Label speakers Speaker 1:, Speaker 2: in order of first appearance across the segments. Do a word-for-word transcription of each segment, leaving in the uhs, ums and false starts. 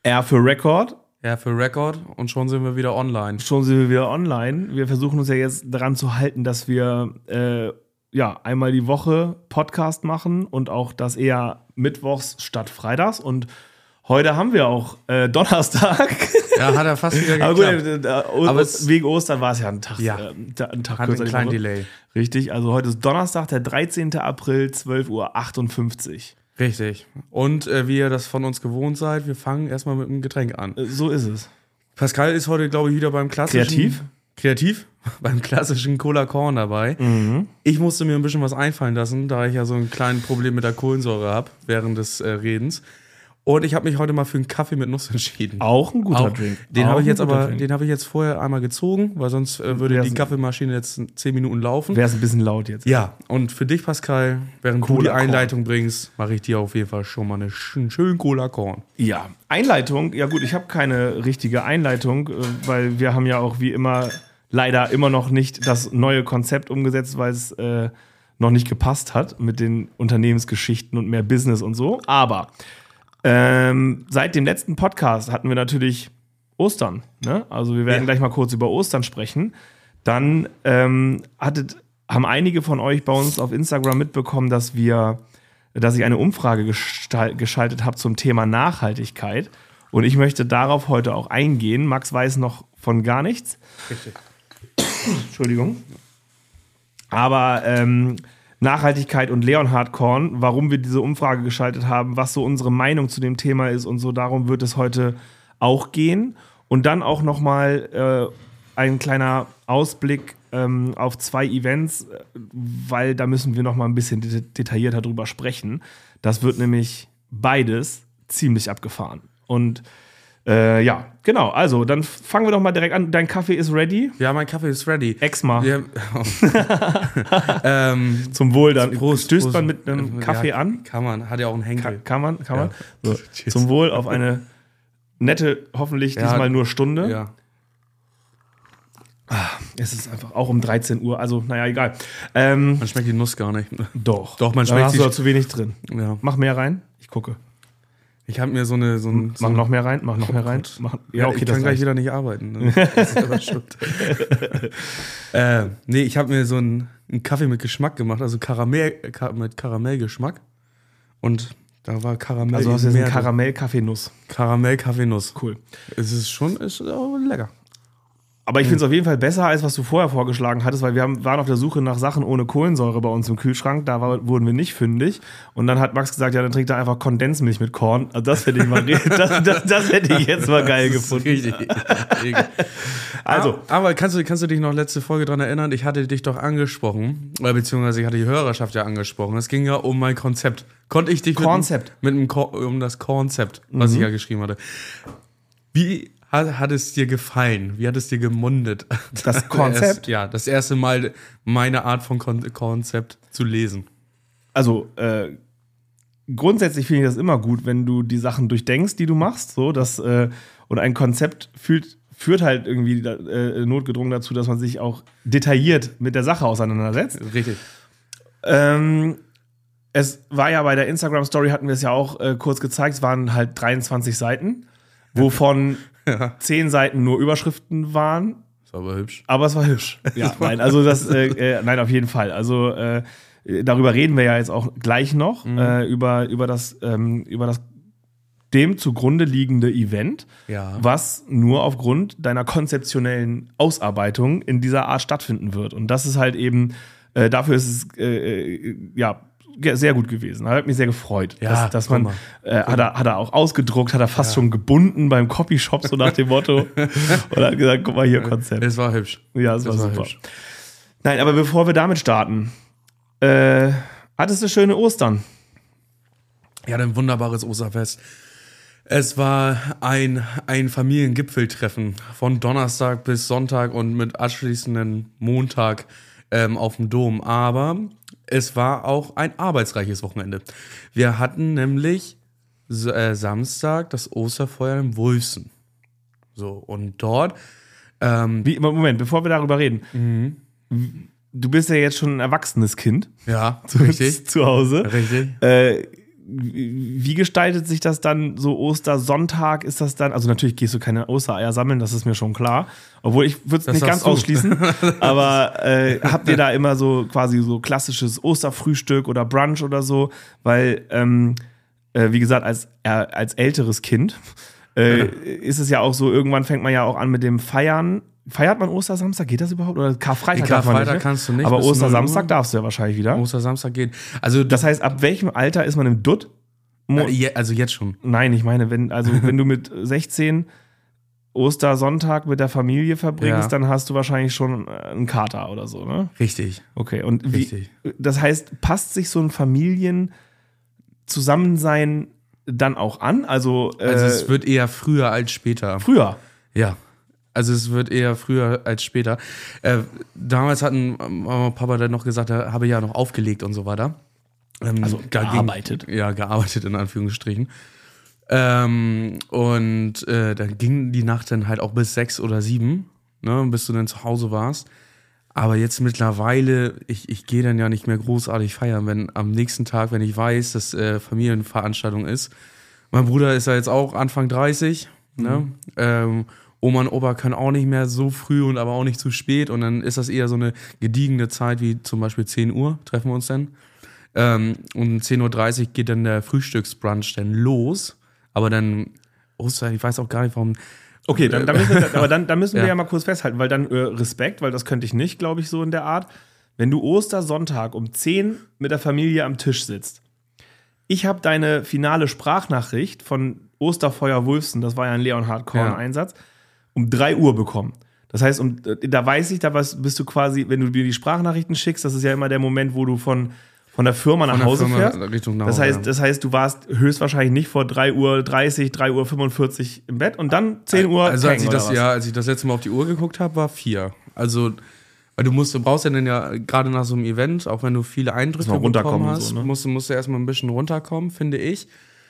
Speaker 1: R für Record.
Speaker 2: R für Record und schon sind wir wieder online.
Speaker 1: Schon sind wir wieder online. Wir versuchen uns ja jetzt daran zu halten, dass wir äh, ja einmal die Woche Podcast machen und auch das eher mittwochs statt freitags. Und heute haben wir auch äh, Donnerstag.
Speaker 2: Ja, hat er fast wieder geklappt.
Speaker 1: Aber gut, äh, äh,
Speaker 2: Aber
Speaker 1: wegen Ostern war es ja ein Tag,
Speaker 2: ja,
Speaker 1: äh, ein Tag
Speaker 2: hat
Speaker 1: kürzer.
Speaker 2: einen kleinen Delay.
Speaker 1: Richtig, also heute ist Donnerstag, der dreizehnten April, zwölf Uhr achtundfünfzig.
Speaker 2: Richtig. Und äh, wie ihr das von uns gewohnt seid, wir fangen erstmal mit einem Getränk an.
Speaker 1: Äh, so ist es.
Speaker 2: Pascal ist heute, glaube ich, wieder beim klassischen...
Speaker 1: Kreativ?
Speaker 2: Kreativ? Beim klassischen Cola Korn dabei.
Speaker 1: Mhm.
Speaker 2: Ich musste mir ein bisschen was einfallen lassen, da ich ja so ein kleines Problem mit der Kohlensäure habe während des äh, Redens. Und ich habe mich heute mal für einen Kaffee mit Nuss entschieden.
Speaker 1: Auch ein guter
Speaker 2: Auch,
Speaker 1: Drink.
Speaker 2: Den habe ich jetzt aber,
Speaker 1: Drink.
Speaker 2: den habe ich jetzt vorher einmal gezogen, weil sonst äh, würde
Speaker 1: Wär's
Speaker 2: die Kaffeemaschine jetzt zehn Minuten laufen.
Speaker 1: Wäre es ein bisschen laut jetzt.
Speaker 2: Ja, und für dich, Pascal, während
Speaker 1: Cola
Speaker 2: du die
Speaker 1: Korn.
Speaker 2: Einleitung bringst, mache ich dir auf jeden Fall schon mal eine sch- schönen Cola Korn.
Speaker 1: Ja, Einleitung. Ja gut, ich habe keine richtige Einleitung, äh, weil wir haben ja auch wie immer leider immer noch nicht das neue Konzept umgesetzt, weil es äh, noch nicht gepasst hat mit den Unternehmensgeschichten und mehr Business und so. Aber ähm, seit dem letzten Podcast hatten wir natürlich Ostern. Ne? Also wir werden
Speaker 2: Ja.
Speaker 1: gleich mal kurz über Ostern sprechen. Dann ähm, hattet, haben einige von euch bei uns auf Instagram mitbekommen, dass wir, dass ich eine Umfrage gestal- geschaltet habe zum Thema Nachhaltigkeit. Und ich möchte darauf heute auch eingehen. Max weiß noch von gar nichts.
Speaker 2: Richtig.
Speaker 1: Entschuldigung. Aber ähm, Nachhaltigkeit und Leonhard Korn, warum wir diese Umfrage geschaltet haben, was so unsere Meinung zu dem Thema ist und so, darum wird es heute auch gehen. Und dann auch nochmal äh, ein kleiner Ausblick ähm, auf zwei Events, weil da müssen wir nochmal ein bisschen det- detaillierter drüber sprechen. Das wird nämlich beides ziemlich abgefahren. Und äh, ja, genau, also dann fangen wir doch mal direkt an. Dein Kaffee ist ready.
Speaker 2: Ja, mein Kaffee ist ready.
Speaker 1: Exma.
Speaker 2: Wir, ähm,
Speaker 1: Zum Wohl dann.
Speaker 2: Prost,
Speaker 1: Stößt
Speaker 2: Prost.
Speaker 1: man mit einem Kaffee
Speaker 2: ja,
Speaker 1: an?
Speaker 2: Kann man, hat ja auch einen Henkel.
Speaker 1: Kann, kann man, kann
Speaker 2: Ja.
Speaker 1: man. So,
Speaker 2: Cheers.
Speaker 1: zum Wohl auf eine nette, hoffentlich
Speaker 2: Ja.
Speaker 1: diesmal nur Stunde.
Speaker 2: Ja.
Speaker 1: Es ist einfach auch um dreizehn Uhr, also naja, egal. Ähm,
Speaker 2: Man schmeckt die Nuss gar nicht.
Speaker 1: doch.
Speaker 2: Doch, man
Speaker 1: Da
Speaker 2: schmeckt
Speaker 1: hast
Speaker 2: sie-
Speaker 1: du da zu wenig drin.
Speaker 2: Ja.
Speaker 1: Mach mehr rein. Ich gucke.
Speaker 2: Ich habe mir so eine. So ein, so
Speaker 1: Mach
Speaker 2: ein-
Speaker 1: noch mehr rein, mach noch
Speaker 2: Oh
Speaker 1: mehr rein.
Speaker 2: Gott.
Speaker 1: Mach,
Speaker 2: Ja, ich kann gleich
Speaker 1: reicht.
Speaker 2: wieder nicht arbeiten. Ne? Das ist aber schuld. äh, nee, ich habe mir so einen, einen Kaffee mit Geschmack gemacht, also Karamell, Ka- mit Karamellgeschmack. Und da war Karamell.
Speaker 1: Also hast du
Speaker 2: eben
Speaker 1: jetzt einen
Speaker 2: mehr drin.
Speaker 1: Karamell-Kaffee-Nuss.
Speaker 2: Karamell-Kaffee-Nuss.
Speaker 1: Cool.
Speaker 2: Es ist schon ist auch lecker.
Speaker 1: Aber ich finde es auf jeden Fall besser, als was du vorher vorgeschlagen hattest, weil wir haben, waren auf der Suche nach Sachen ohne Kohlensäure bei uns im Kühlschrank. Da war, wurden wir nicht fündig. Und dann hat Max gesagt, ja, dann trinkt er einfach Kondensmilch mit Korn. Also das hätte ich mal, das, das, das hätte ich jetzt mal geil gefunden.
Speaker 2: Richtig.
Speaker 1: Also,
Speaker 2: aber kannst du, kannst du dich noch letzte Folge dran erinnern? Ich hatte dich doch angesprochen, äh, beziehungsweise ich hatte die Hörerschaft ja angesprochen. Es ging ja um mein Konzept. Konnte ich dich
Speaker 1: Konzept.
Speaker 2: mit, dem- mit dem Ko- um das Konzept, was ich ja geschrieben hatte. Wie hat, hat es dir gefallen? Wie hat es dir gemundet?
Speaker 1: Das Konzept?
Speaker 2: Erst, ja, das erste Mal meine Art von Kon- Konzept zu lesen.
Speaker 1: also äh, grundsätzlich finde ich das immer gut, wenn du die Sachen durchdenkst, die du machst. So, dass, äh, und ein Konzept führt, führt halt irgendwie äh, notgedrungen dazu, dass man sich auch detailliert mit der Sache auseinandersetzt.
Speaker 2: Richtig.
Speaker 1: Ähm, es war ja bei der Instagram-Story, hatten wir es ja auch äh, kurz gezeigt, es waren halt dreiundzwanzig Seiten, wovon
Speaker 2: Ja.
Speaker 1: zehn Seiten nur Überschriften waren,
Speaker 2: Das war aber hübsch.
Speaker 1: aber es war hübsch. Ja, nein, also das, äh, äh, nein, auf jeden Fall. Also äh, darüber reden wir ja jetzt auch gleich noch,
Speaker 2: Mhm.
Speaker 1: äh, über, über das, ähm, über das dem zugrunde liegende Event,
Speaker 2: Ja.
Speaker 1: was nur aufgrund deiner konzeptionellen Ausarbeitung in dieser Art stattfinden wird. Und das ist halt eben, äh, dafür ist es äh, äh, ja sehr gut gewesen. Hat mich sehr gefreut,
Speaker 2: Ja,
Speaker 1: dass, dass man,
Speaker 2: guck
Speaker 1: äh, hat, er, hat er auch ausgedruckt, hat er fast schon gebunden beim Copyshop, so nach dem Motto. Und hat gesagt, guck mal hier, Konzept.
Speaker 2: Es war hübsch.
Speaker 1: Ja, das,
Speaker 2: Das
Speaker 1: war
Speaker 2: war
Speaker 1: super.
Speaker 2: hübsch.
Speaker 1: Nein, aber bevor wir damit starten, äh, hattest du schöne Ostern?
Speaker 2: Ja, ein wunderbares Osterfest. Es war ein, ein Familiengipfeltreffen von Donnerstag bis Sonntag und mit abschließenden Montag ähm, auf dem Dom. Aber es war auch ein arbeitsreiches Wochenende. Wir hatten nämlich S- äh, Samstag das Osterfeuer in Wulfsen. So, und dort ähm,
Speaker 1: Wie, Moment, bevor wir darüber reden. Du bist ja jetzt schon ein erwachsenes Kind
Speaker 2: ja,
Speaker 1: zu,
Speaker 2: richtig,
Speaker 1: zu Hause.
Speaker 2: richtig.
Speaker 1: Äh, wie gestaltet sich das dann so Ostersonntag? Ist das dann, also natürlich gehst du keine Ostereier sammeln, das ist mir schon klar. Obwohl ich würde es nicht ganz du. ausschließen. Aber äh, habt ihr da immer so quasi so klassisches Osterfrühstück oder Brunch oder so? Weil, ähm, äh, wie gesagt, als, äh, als älteres Kind äh, ja. ist es ja auch so, irgendwann fängt man ja auch an mit dem Feiern. Feiert man Ostersamstag? Geht das überhaupt? Oder Karfreitag darf man nicht, ne?
Speaker 2: kannst du nicht.
Speaker 1: Aber Ostersamstag darfst du ja wahrscheinlich wieder.
Speaker 2: Ostersamstag geht. Also
Speaker 1: das heißt, ab welchem Alter ist man im Dutt?
Speaker 2: Mo- also jetzt schon.
Speaker 1: Nein, ich meine, wenn, also wenn du mit sechzehn Ostersonntag mit der Familie verbringst, ja. dann hast du wahrscheinlich schon einen Kater oder so, ne?
Speaker 2: Richtig.
Speaker 1: Okay, und wie,
Speaker 2: Richtig.
Speaker 1: Das heißt, passt sich so ein Familienzusammensein dann auch an? Also, äh,
Speaker 2: also es wird eher früher als später.
Speaker 1: Früher?
Speaker 2: Ja. Also es wird eher früher als später. Äh, damals hatten Mama und Papa dann noch gesagt, da habe ich ja noch aufgelegt und so weiter. Ähm,
Speaker 1: also gearbeitet.
Speaker 2: Ging, ja, gearbeitet in Anführungsstrichen. Ähm, und äh, dann ging die Nacht dann halt auch bis sechs oder sieben, ne, bis du dann zu Hause warst. Aber jetzt mittlerweile, ich, ich gehe dann ja nicht mehr großartig feiern, wenn am nächsten Tag, wenn ich weiß, dass äh, Familienveranstaltung ist. Mein Bruder ist ja jetzt auch Anfang dreißig, mhm. ne? Ähm, Oma und Opa können auch nicht mehr so früh und aber auch nicht zu spät. Und dann ist das eher so eine gediegene Zeit wie zum Beispiel zehn Uhr, treffen wir uns dann. Ähm, um zehn Uhr dreißig geht dann der Frühstücksbrunch dann los. Aber dann, Oster, ich weiß auch gar nicht, warum.
Speaker 1: Okay, dann, dann müssen wir, aber dann, dann müssen wir ja. ja mal kurz festhalten, weil dann äh, Respekt, weil das könnte ich nicht, glaube ich, so in der Art. Wenn du Ostersonntag um zehn mit der Familie am Tisch sitzt. Ich habe deine finale Sprachnachricht von Osterfeuer Wulfsen, das war ja ein Leon Hardcore-Einsatz, ja. um drei Uhr bekommen. Das heißt, um, da weiß ich, da bist du quasi, wenn du dir die Sprachnachrichten schickst, das ist ja immer der Moment, wo du von, von der Firma nach Hause Firma fährst.
Speaker 2: Richtung nach
Speaker 1: das, heißt,
Speaker 2: ja.
Speaker 1: das heißt, du warst höchstwahrscheinlich nicht vor drei Uhr dreißig, drei Uhr fünfundvierzig im Bett und dann zehn Uhr.
Speaker 2: Also als ich, das,
Speaker 1: was?
Speaker 2: ja, als ich das letzte Mal auf die Uhr geguckt habe, war vier. Also, weil du musst, du brauchst ja dann ja gerade nach so einem Event, auch wenn du viele Eindrücke bekommen hast, so, ne? musst, musst du erstmal ein bisschen runterkommen, finde ich.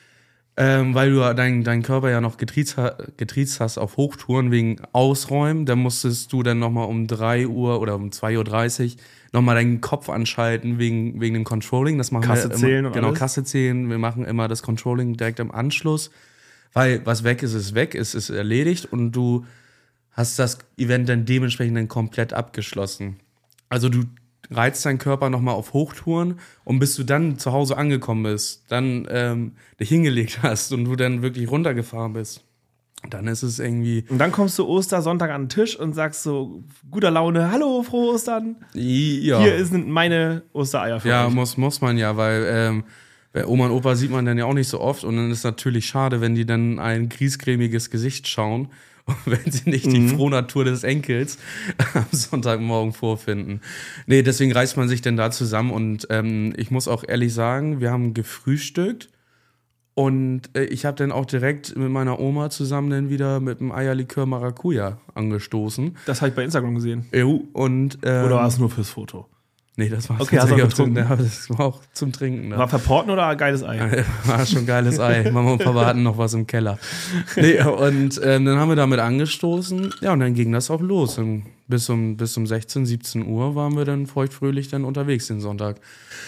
Speaker 2: Ähm, weil du deinen dein Körper ja noch getriezt, getriezt hast auf Hochtouren wegen Ausräumen. Dann musstest du dann nochmal um drei Uhr oder um zwei Uhr dreißig nochmal deinen Kopf anschalten wegen, wegen dem Controlling. Das machen
Speaker 1: Kasse
Speaker 2: wir
Speaker 1: zählen
Speaker 2: immer,
Speaker 1: und
Speaker 2: genau,
Speaker 1: alles.
Speaker 2: Kasse zählen. Wir machen immer das Controlling direkt im Anschluss. Weil was weg ist, ist weg, es ist erledigt und du hast das Event dann dementsprechend dann komplett abgeschlossen. Also du reizt deinen Körper nochmal auf Hochtouren und bis du dann zu Hause angekommen bist, dann ähm, dich hingelegt hast und du dann wirklich runtergefahren bist, dann ist es irgendwie...
Speaker 1: Und dann kommst du Ostersonntag an den Tisch und sagst so, guter Laune, hallo, frohe Ostern.
Speaker 2: Ja.
Speaker 1: Hier sind meine Ostereier für
Speaker 2: Ja,
Speaker 1: euch.
Speaker 2: muss, muss man ja, weil ähm, bei Oma und Opa sieht man dann ja auch nicht so oft und dann ist es natürlich schade, wenn die dann ein griesgrämiges Gesicht schauen, wenn sie nicht die
Speaker 1: mhm.
Speaker 2: Frohnatur des Enkels am Sonntagmorgen vorfinden. Nee, deswegen reißt man sich denn da zusammen und ähm, ich muss auch ehrlich sagen, wir haben gefrühstückt und äh, ich habe dann auch direkt mit meiner Oma zusammen dann wieder mit dem Eierlikör Maracuja angestoßen.
Speaker 1: Das habe ich bei Instagram gesehen.
Speaker 2: Jo, und, ähm,
Speaker 1: Oder war es nur fürs Foto?
Speaker 2: Nee, das war,
Speaker 1: okay, hast du
Speaker 2: zum, das war auch zum Trinken. Ne?
Speaker 1: War verporten oder ein geiles Ei?
Speaker 2: War schon ein geiles Ei. Mama und Papa hatten noch was im Keller. Nee, und ähm, dann haben wir damit angestoßen. Ja, und dann ging das auch los. Und bis um, bis um sechzehn, siebzehn Uhr waren wir dann feuchtfröhlich dann unterwegs den Sonntag.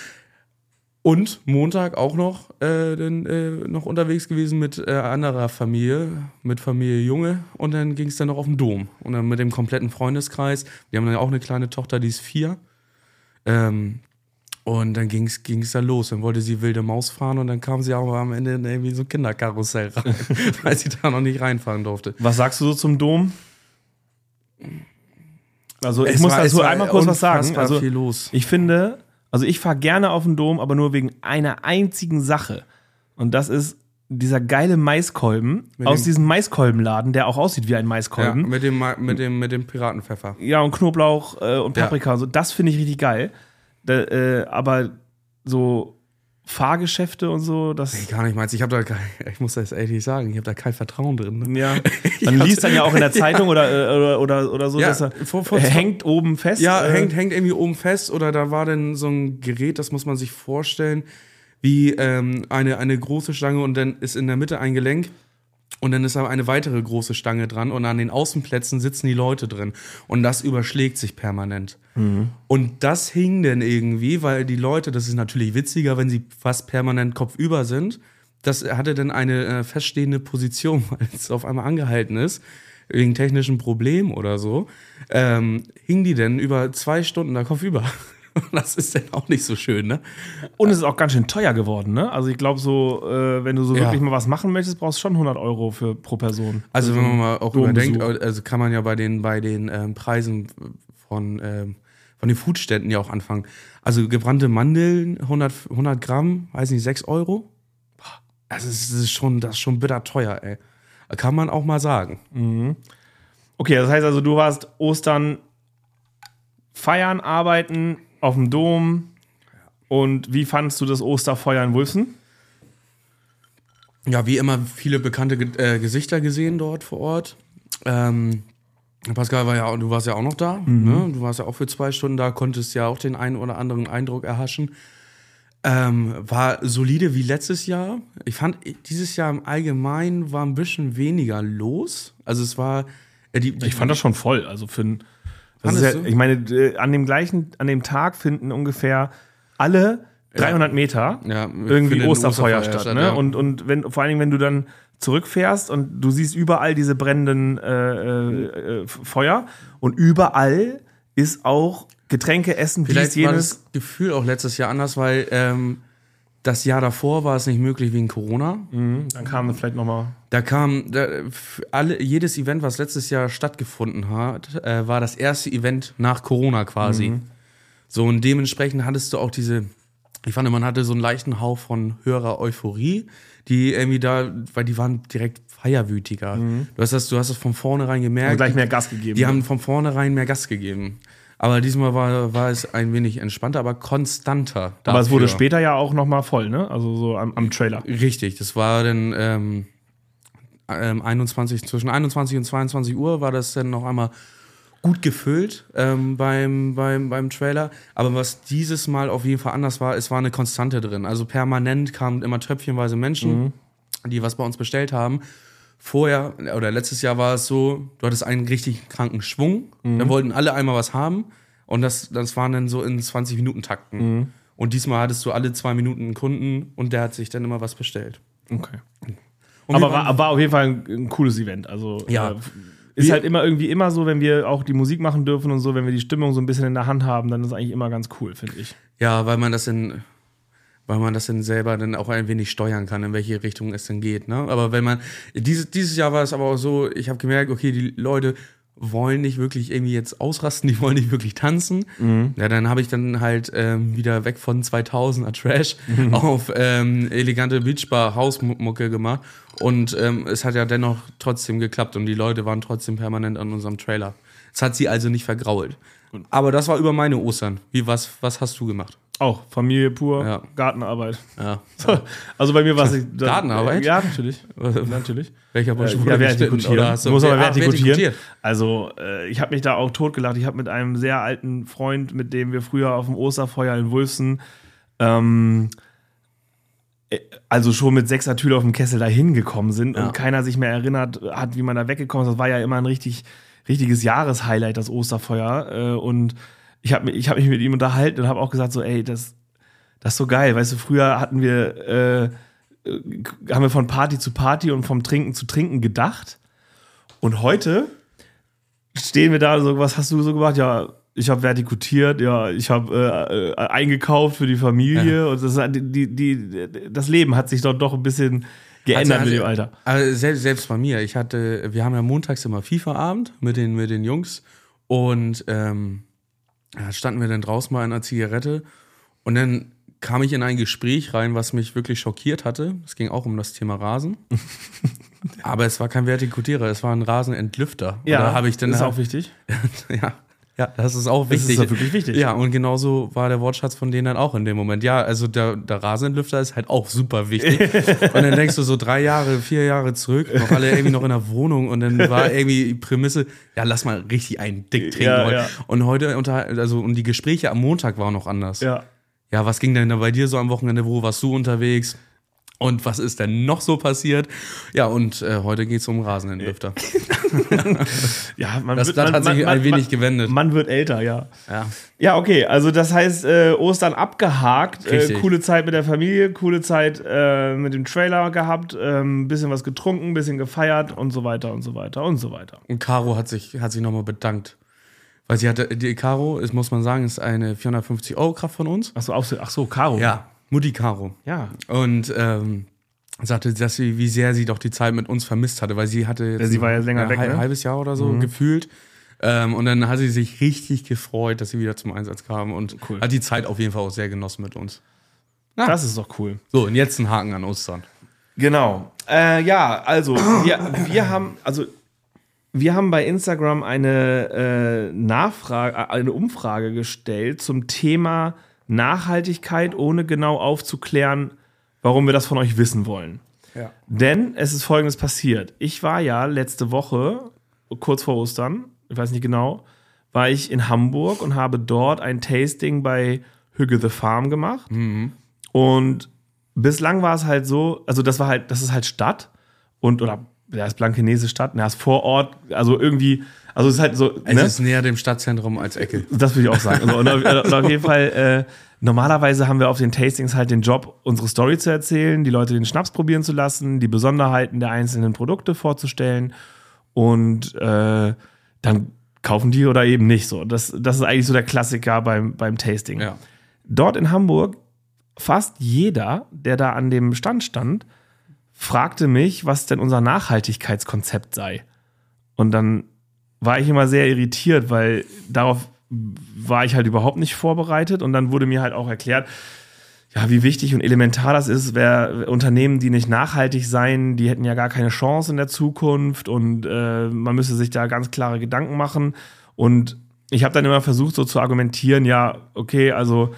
Speaker 2: Und Montag auch noch, äh, dann, äh, noch unterwegs gewesen mit äh, anderer Familie, mit Familie Junge. Und dann ging es dann noch auf den Dom. Und dann mit dem kompletten Freundeskreis. Wir haben dann auch eine kleine Tochter, die ist vier. Ähm, und dann ging es da los. Dann wollte sie wilde Maus fahren und dann kam sie aber am Ende in irgendwie so ein Kinderkarussell rein, weil sie da noch nicht reinfahren durfte.
Speaker 1: Was sagst du so zum Dom? Also ich
Speaker 2: es
Speaker 1: muss
Speaker 2: war,
Speaker 1: dazu einmal kurz was sagen.
Speaker 2: Also viel los.
Speaker 1: Ich finde, also ich fahre gerne auf den Dom, aber nur wegen einer einzigen Sache. Und das ist dieser geile Maiskolben mit aus diesem Maiskolbenladen, der auch aussieht wie ein Maiskolben.
Speaker 2: Ja, mit dem, mit dem, mit dem Piratenpfeffer.
Speaker 1: Ja, und Knoblauch äh, und Paprika. Ja. Und so. Das finde ich richtig geil. Da, äh, aber so Fahrgeschäfte und so, das...
Speaker 2: Nee, gar nicht meinst. Ich habe da kein, ich muss das ehrlich sagen, ich habe da kein Vertrauen drin. Ne?
Speaker 1: Ja, man liest dann ja auch in der Zeitung oder, oder, oder, oder so,
Speaker 2: ja,
Speaker 1: dass er
Speaker 2: vor, vor,
Speaker 1: hängt oben fest.
Speaker 2: Ja,
Speaker 1: äh,
Speaker 2: hängt, hängt irgendwie oben fest oder da war dann so ein Gerät, das muss man sich vorstellen, wie ähm, eine, eine große Stange und dann ist in der Mitte ein Gelenk Und dann ist aber eine weitere große Stange dran und an den Außenplätzen sitzen die Leute drin. Und das überschlägt sich permanent. Mhm. Und das hing dann irgendwie, weil die Leute, das ist natürlich witziger, wenn sie fast permanent kopfüber sind. Das hatte dann eine äh, feststehende Position, weil es auf einmal angehalten ist, wegen technischen Problemen oder so. Ähm, hing die denn über zwei Stunden da kopfüber. Das ist dann auch nicht so schön, ne?
Speaker 1: Und es ist auch ganz schön teuer geworden, ne? Also ich glaube so, äh, wenn du so
Speaker 2: Ja.
Speaker 1: wirklich mal was machen möchtest, brauchst du schon hundert Euro für, pro Person.
Speaker 2: Also wenn man mal auch
Speaker 1: Dombesuch.
Speaker 2: überdenkt, also kann man ja bei den, bei den ähm, Preisen von, ähm, von den Foodständen ja auch anfangen. Also gebrannte Mandeln, hundert, hundert Gramm, weiß nicht, sechs Euro. Das ist, das ist schon, das ist schon bitter teuer, ey. Kann man auch mal sagen.
Speaker 1: Mhm. Okay, das heißt also, du warst Ostern feiern, arbeiten auf dem Dom. Und wie fandst du das Osterfeuer in Wulfsen?
Speaker 2: Ja, wie immer viele bekannte äh, Gesichter gesehen dort vor Ort. Ähm, Pascal war ja, du warst ja auch noch da. Mhm. Ne? Du warst ja auch für zwei Stunden da, konntest ja auch den einen oder anderen Eindruck erhaschen. Ähm, war solide wie letztes Jahr. Ich fand, dieses Jahr im Allgemeinen war ein bisschen weniger los. Also es war... Äh, die, die,
Speaker 1: Ich fand das schon voll. Also für ein, das
Speaker 2: Fandest
Speaker 1: ist ja,
Speaker 2: du?
Speaker 1: ich meine, äh, an dem gleichen, an dem Tag finden ungefähr alle dreihundert Meter
Speaker 2: Ja,
Speaker 1: irgendwie
Speaker 2: findet ein
Speaker 1: Osterfeuer
Speaker 2: Osterfeuer
Speaker 1: statt.
Speaker 2: statt,
Speaker 1: Ne?
Speaker 2: ja.
Speaker 1: Und, und wenn, vor allen Dingen, wenn du dann zurückfährst und du siehst überall diese brennenden äh, äh, Feuer und überall ist auch Getränke, Essen, dies,
Speaker 2: Vielleicht war
Speaker 1: jenes.
Speaker 2: das Gefühl auch letztes Jahr anders, weil ähm, das Jahr davor war es nicht möglich wegen Corona.
Speaker 1: Mhm, dann kam vielleicht nochmal.
Speaker 2: Da kam da, f- alle, jedes Event, was letztes Jahr stattgefunden hat, äh, war das erste Event nach Corona quasi.
Speaker 1: Mhm.
Speaker 2: So, und dementsprechend hattest du auch diese, ich fand, man hatte so einen leichten Hauch von höherer Euphorie, die irgendwie da, weil die waren direkt feierwütiger. Du hast das, du hast das von vornherein gemerkt.
Speaker 1: Und gleich mehr Gas gegeben.
Speaker 2: Die haben von vornherein mehr Gas gegeben. Aber diesmal war, war es ein wenig entspannter, aber konstanter.
Speaker 1: Aber es wurde
Speaker 2: dafür.
Speaker 1: später ja auch nochmal voll, ne? Also so am, am Trailer.
Speaker 2: Richtig, das war dann ähm, ähm, einundzwanzig, zwischen einundzwanzig und zweiundzwanzig Uhr war das dann noch einmal gut gefüllt ähm, beim, beim, beim Trailer. Aber was dieses Mal auf jeden Fall anders war, es war eine Konstante drin. Also permanent kamen immer tröpfchenweise Menschen,
Speaker 1: Mhm.
Speaker 2: die was bei uns bestellt haben. Vorher, oder letztes Jahr war es so, du hattest einen richtig kranken Schwung,
Speaker 1: Mhm.
Speaker 2: dann wollten alle einmal was haben und das, das waren dann so in zwanzig-Minuten-Takten.
Speaker 1: Mhm.
Speaker 2: Und diesmal hattest du alle zwei Minuten einen Kunden und der hat sich dann immer was bestellt.
Speaker 1: Okay.
Speaker 2: Und
Speaker 1: Aber
Speaker 2: wir waren-
Speaker 1: war, war auf jeden Fall ein, ein cooles Event. Also
Speaker 2: Ja.
Speaker 1: äh, ist
Speaker 2: Wir-
Speaker 1: halt immer irgendwie immer so, wenn wir auch die Musik machen dürfen und so, wenn wir die Stimmung so ein bisschen in der Hand haben, dann ist es eigentlich immer ganz cool, finde ich.
Speaker 2: Ja, weil man das dann, weil man das dann selber dann auch ein wenig steuern kann, in welche Richtung es denn geht. Ne? Aber wenn man, dieses, dieses Jahr war es aber auch so, ich habe gemerkt, okay, die Leute wollen nicht wirklich irgendwie jetzt ausrasten, die wollen nicht wirklich tanzen.
Speaker 1: Mhm.
Speaker 2: Ja, dann habe ich dann halt ähm, wieder weg von zweitausender Trash auf ähm, elegante Beachbar Hausmucke gemacht und ähm, es hat ja dennoch trotzdem geklappt und die Leute waren trotzdem permanent an unserem Trailer. Es hat sie also nicht vergrault. Aber das war über meine Ostern. Wie, was, was hast du gemacht?
Speaker 1: Auch Familie pur,
Speaker 2: Ja.
Speaker 1: Gartenarbeit.
Speaker 2: Ja.
Speaker 1: Also bei mir war es
Speaker 2: Gartenarbeit?
Speaker 1: Ja, natürlich. natürlich.
Speaker 2: Welcher Busch
Speaker 1: Äh,
Speaker 2: wurde
Speaker 1: ja,
Speaker 2: geschnitten?
Speaker 1: vertikutieren.
Speaker 2: Oder hast
Speaker 1: Du musst aber
Speaker 2: ah,
Speaker 1: vertikutieren.
Speaker 2: vertikutiert.
Speaker 1: Also, äh, ich habe mich da auch totgelacht. Ich habe mit einem sehr alten Freund, mit dem wir früher auf dem Osterfeuer in Wulfsen, ähm, äh, also schon mit sechser Tüle auf dem Kessel dahin gekommen sind
Speaker 2: Ja.
Speaker 1: und keiner sich mehr erinnert hat, wie man da weggekommen ist. Das war ja immer ein richtig, richtiges Jahreshighlight, das Osterfeuer. Äh, und ich habe ich hab mich mit ihm unterhalten und habe auch gesagt, so, ey, das, das ist so geil. Weißt du, früher hatten wir, äh, haben wir von Party zu Party und vom Trinken zu Trinken gedacht. Und heute stehen wir da so, was hast du so gemacht? Ja, ich habe vertikutiert, ja, ich habe äh, eingekauft für die Familie.
Speaker 2: Ja.
Speaker 1: Und das, ist- die, die, das Leben hat sich dort doch ein bisschen geändert
Speaker 2: Also,
Speaker 1: mit dem Alter.
Speaker 2: Also selbst, selbst bei mir. Ich hatte, wir haben ja montags immer FIFA-Abend mit den, mit den Jungs und ähm, ja, standen wir dann draußen bei einer Zigarette und dann kam ich in ein Gespräch rein, was mich wirklich schockiert hatte. Es ging auch um das Thema Rasen. Aber es war kein Vertikutierer, es war ein Rasenentlüfter. Und da habe ich dann
Speaker 1: ist
Speaker 2: halt-
Speaker 1: auch wichtig.
Speaker 2: ja, ja, das ist auch
Speaker 1: Das
Speaker 2: wichtig.
Speaker 1: ist doch wirklich wichtig.
Speaker 2: Ja, und genauso war der Wortschatz von denen dann auch in dem Moment. Ja, also der, der Rasenentlüfter ist halt auch super wichtig. Und dann denkst du so drei Jahre, vier Jahre zurück, noch alle irgendwie noch in der Wohnung und dann war irgendwie die Prämisse, ja, lass mal richtig einen dick trinken.
Speaker 1: Ja,
Speaker 2: heute.
Speaker 1: ja.
Speaker 2: Und heute, unter, also und die Gespräche am Montag waren noch anders.
Speaker 1: Ja.
Speaker 2: Ja, was ging denn da bei dir so am Wochenende? Wo warst du unterwegs? Und was ist denn noch so passiert? Ja, und äh, heute geht es um Rasenentlüfter.
Speaker 1: ja, man
Speaker 2: das
Speaker 1: wird,
Speaker 2: Blatt
Speaker 1: man,
Speaker 2: hat sich
Speaker 1: man,
Speaker 2: ein wenig
Speaker 1: man,
Speaker 2: gewendet.
Speaker 1: Man wird älter, ja.
Speaker 2: Ja,
Speaker 1: ja okay, also das heißt, äh, Ostern abgehakt, äh, coole Zeit mit der Familie, coole Zeit äh, mit dem Trailer gehabt, ein ähm, bisschen was getrunken, ein bisschen gefeiert und so weiter und so weiter und so weiter.
Speaker 2: Und Caro hat sich, hat sich nochmal bedankt. Weil sie hatte, die Caro, ist, muss man sagen, ist eine vierhundertfünfzig Euro Kraft von uns.
Speaker 1: Ach so, auch so, ach so, Caro.
Speaker 2: Ja. Mutti Caro.
Speaker 1: Ja.
Speaker 2: Und ähm, sagte, dass sie, wie sehr sie doch die Zeit mit uns vermisst hatte, weil sie hatte jetzt
Speaker 1: ja, sie war ja länger
Speaker 2: ein
Speaker 1: weg,
Speaker 2: halb,
Speaker 1: ne?
Speaker 2: halbes Jahr oder so mhm. gefühlt. Ähm, und dann hat sie sich richtig gefreut, dass sie wieder zum Einsatz kam und cool. Hat die Zeit auf jeden Fall auch sehr genossen mit uns.
Speaker 1: Ja. Das ist doch cool.
Speaker 2: So, und jetzt ein Haken an Ostern.
Speaker 1: Genau. Äh, ja, also wir, wir haben, also wir haben bei Instagram eine äh, Nachfrage, eine Umfrage gestellt zum Thema Nachhaltigkeit, ohne genau aufzuklären, warum wir das von euch wissen wollen.
Speaker 2: Ja.
Speaker 1: Denn es ist Folgendes passiert. Ich war ja letzte Woche, kurz vor Ostern, ich weiß nicht genau, war ich in Hamburg und habe dort ein Tasting bei Hügge the Farm gemacht.
Speaker 2: Mhm.
Speaker 1: Und bislang war es halt so, also das war halt, das ist halt Stadt und, oder ja, ist Blankenese Stadt, ja, ist vor Ort, also irgendwie, also es ist halt so.
Speaker 2: Es
Speaker 1: ne?
Speaker 2: ist näher dem Stadtzentrum als Ecke.
Speaker 1: Das würde ich auch sagen. Also, und, auf, und auf jeden Fall, äh, normalerweise haben wir auf den Tastings halt den Job, unsere Story zu erzählen, die Leute den Schnaps probieren zu lassen, die Besonderheiten der einzelnen Produkte vorzustellen und äh, dann kaufen die oder eben nicht so. Das, das ist eigentlich so der Klassiker beim, beim Tasting.
Speaker 2: Ja.
Speaker 1: Dort in Hamburg, fast jeder, der da an dem Stand stand, fragte mich, was denn unser Nachhaltigkeitskonzept sei. Und dann war ich immer sehr irritiert, weil darauf war ich halt überhaupt nicht vorbereitet. Und dann wurde mir halt auch erklärt, ja, wie wichtig und elementar das ist. Wer, Unternehmen, die nicht nachhaltig seien, die hätten ja gar keine Chance in der Zukunft. Und äh, man müsse sich da ganz klare Gedanken machen. Und ich habe dann immer versucht, so zu argumentieren, ja, okay, also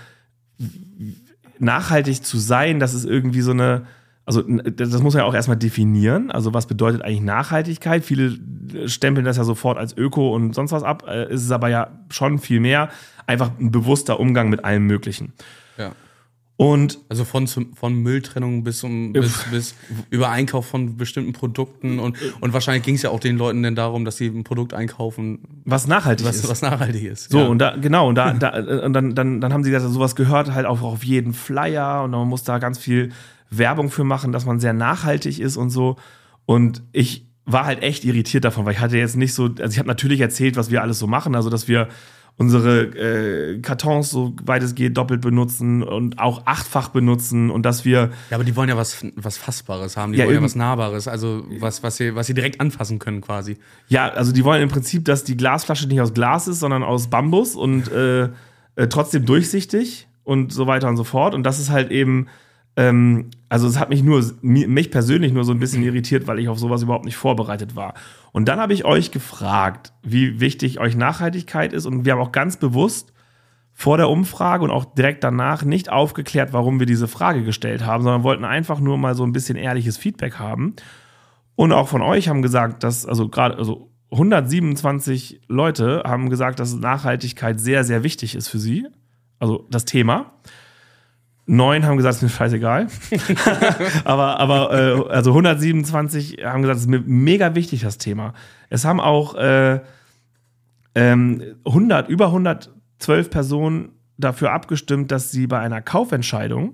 Speaker 1: nachhaltig zu sein, das ist irgendwie so eine, also das muss man ja auch erstmal definieren. Also was bedeutet eigentlich Nachhaltigkeit? Viele stempeln das ja sofort als Öko und sonst was ab. Es ist aber ja schon viel mehr. Einfach ein bewusster Umgang mit allem Möglichen.
Speaker 2: Ja.
Speaker 1: Und
Speaker 2: also von, zum, von Mülltrennung bis, um, bis, bis über Einkauf von bestimmten Produkten und, und wahrscheinlich ging es ja auch den Leuten denn darum, dass sie ein Produkt einkaufen,
Speaker 1: was nachhaltig
Speaker 2: was,
Speaker 1: ist.
Speaker 2: Was nachhaltig ist.
Speaker 1: So,
Speaker 2: ja.
Speaker 1: und da, genau, und, da, da, und dann, dann, dann haben sie gesagt, sowas gehört halt auch auf jeden Flyer und man muss da ganz viel Werbung für machen, dass man sehr nachhaltig ist und so. Und ich war halt echt irritiert davon, weil ich hatte jetzt nicht so, also ich habe natürlich erzählt, was wir alles so machen, also dass wir unsere äh, Kartons, so weit es geht, doppelt benutzen und auch achtfach benutzen und dass wir...
Speaker 2: Ja, aber die wollen ja was, was Fassbares haben, die
Speaker 1: ja,
Speaker 2: wollen ja was Nahbares, also was, was, sie, was sie direkt anfassen können quasi.
Speaker 1: Ja, also die wollen im Prinzip, dass die Glasflasche nicht aus Glas ist, sondern aus Bambus und äh, äh, trotzdem durchsichtig und so weiter und so fort. Und das ist halt eben... Ähm, also es hat mich nur, mich persönlich nur so ein bisschen irritiert, weil ich auf sowas überhaupt nicht vorbereitet war. Und dann habe ich euch gefragt, wie wichtig euch Nachhaltigkeit ist. Und wir haben auch ganz bewusst vor der Umfrage und auch direkt danach nicht aufgeklärt, warum wir diese Frage gestellt haben, sondern wollten einfach nur mal so ein bisschen ehrliches Feedback haben. Und auch von euch haben gesagt, dass, also gerade, also hundertsiebenundzwanzig Leute haben gesagt, dass Nachhaltigkeit sehr, sehr wichtig ist für sie. Also das Thema. Neun haben gesagt, es ist mir scheißegal. aber aber äh, also hundertsiebenundzwanzig haben gesagt, es ist mir mega wichtig, das Thema. Es haben auch äh, ähm, hundert, über hundertzwölf Personen dafür abgestimmt, dass sie bei einer Kaufentscheidung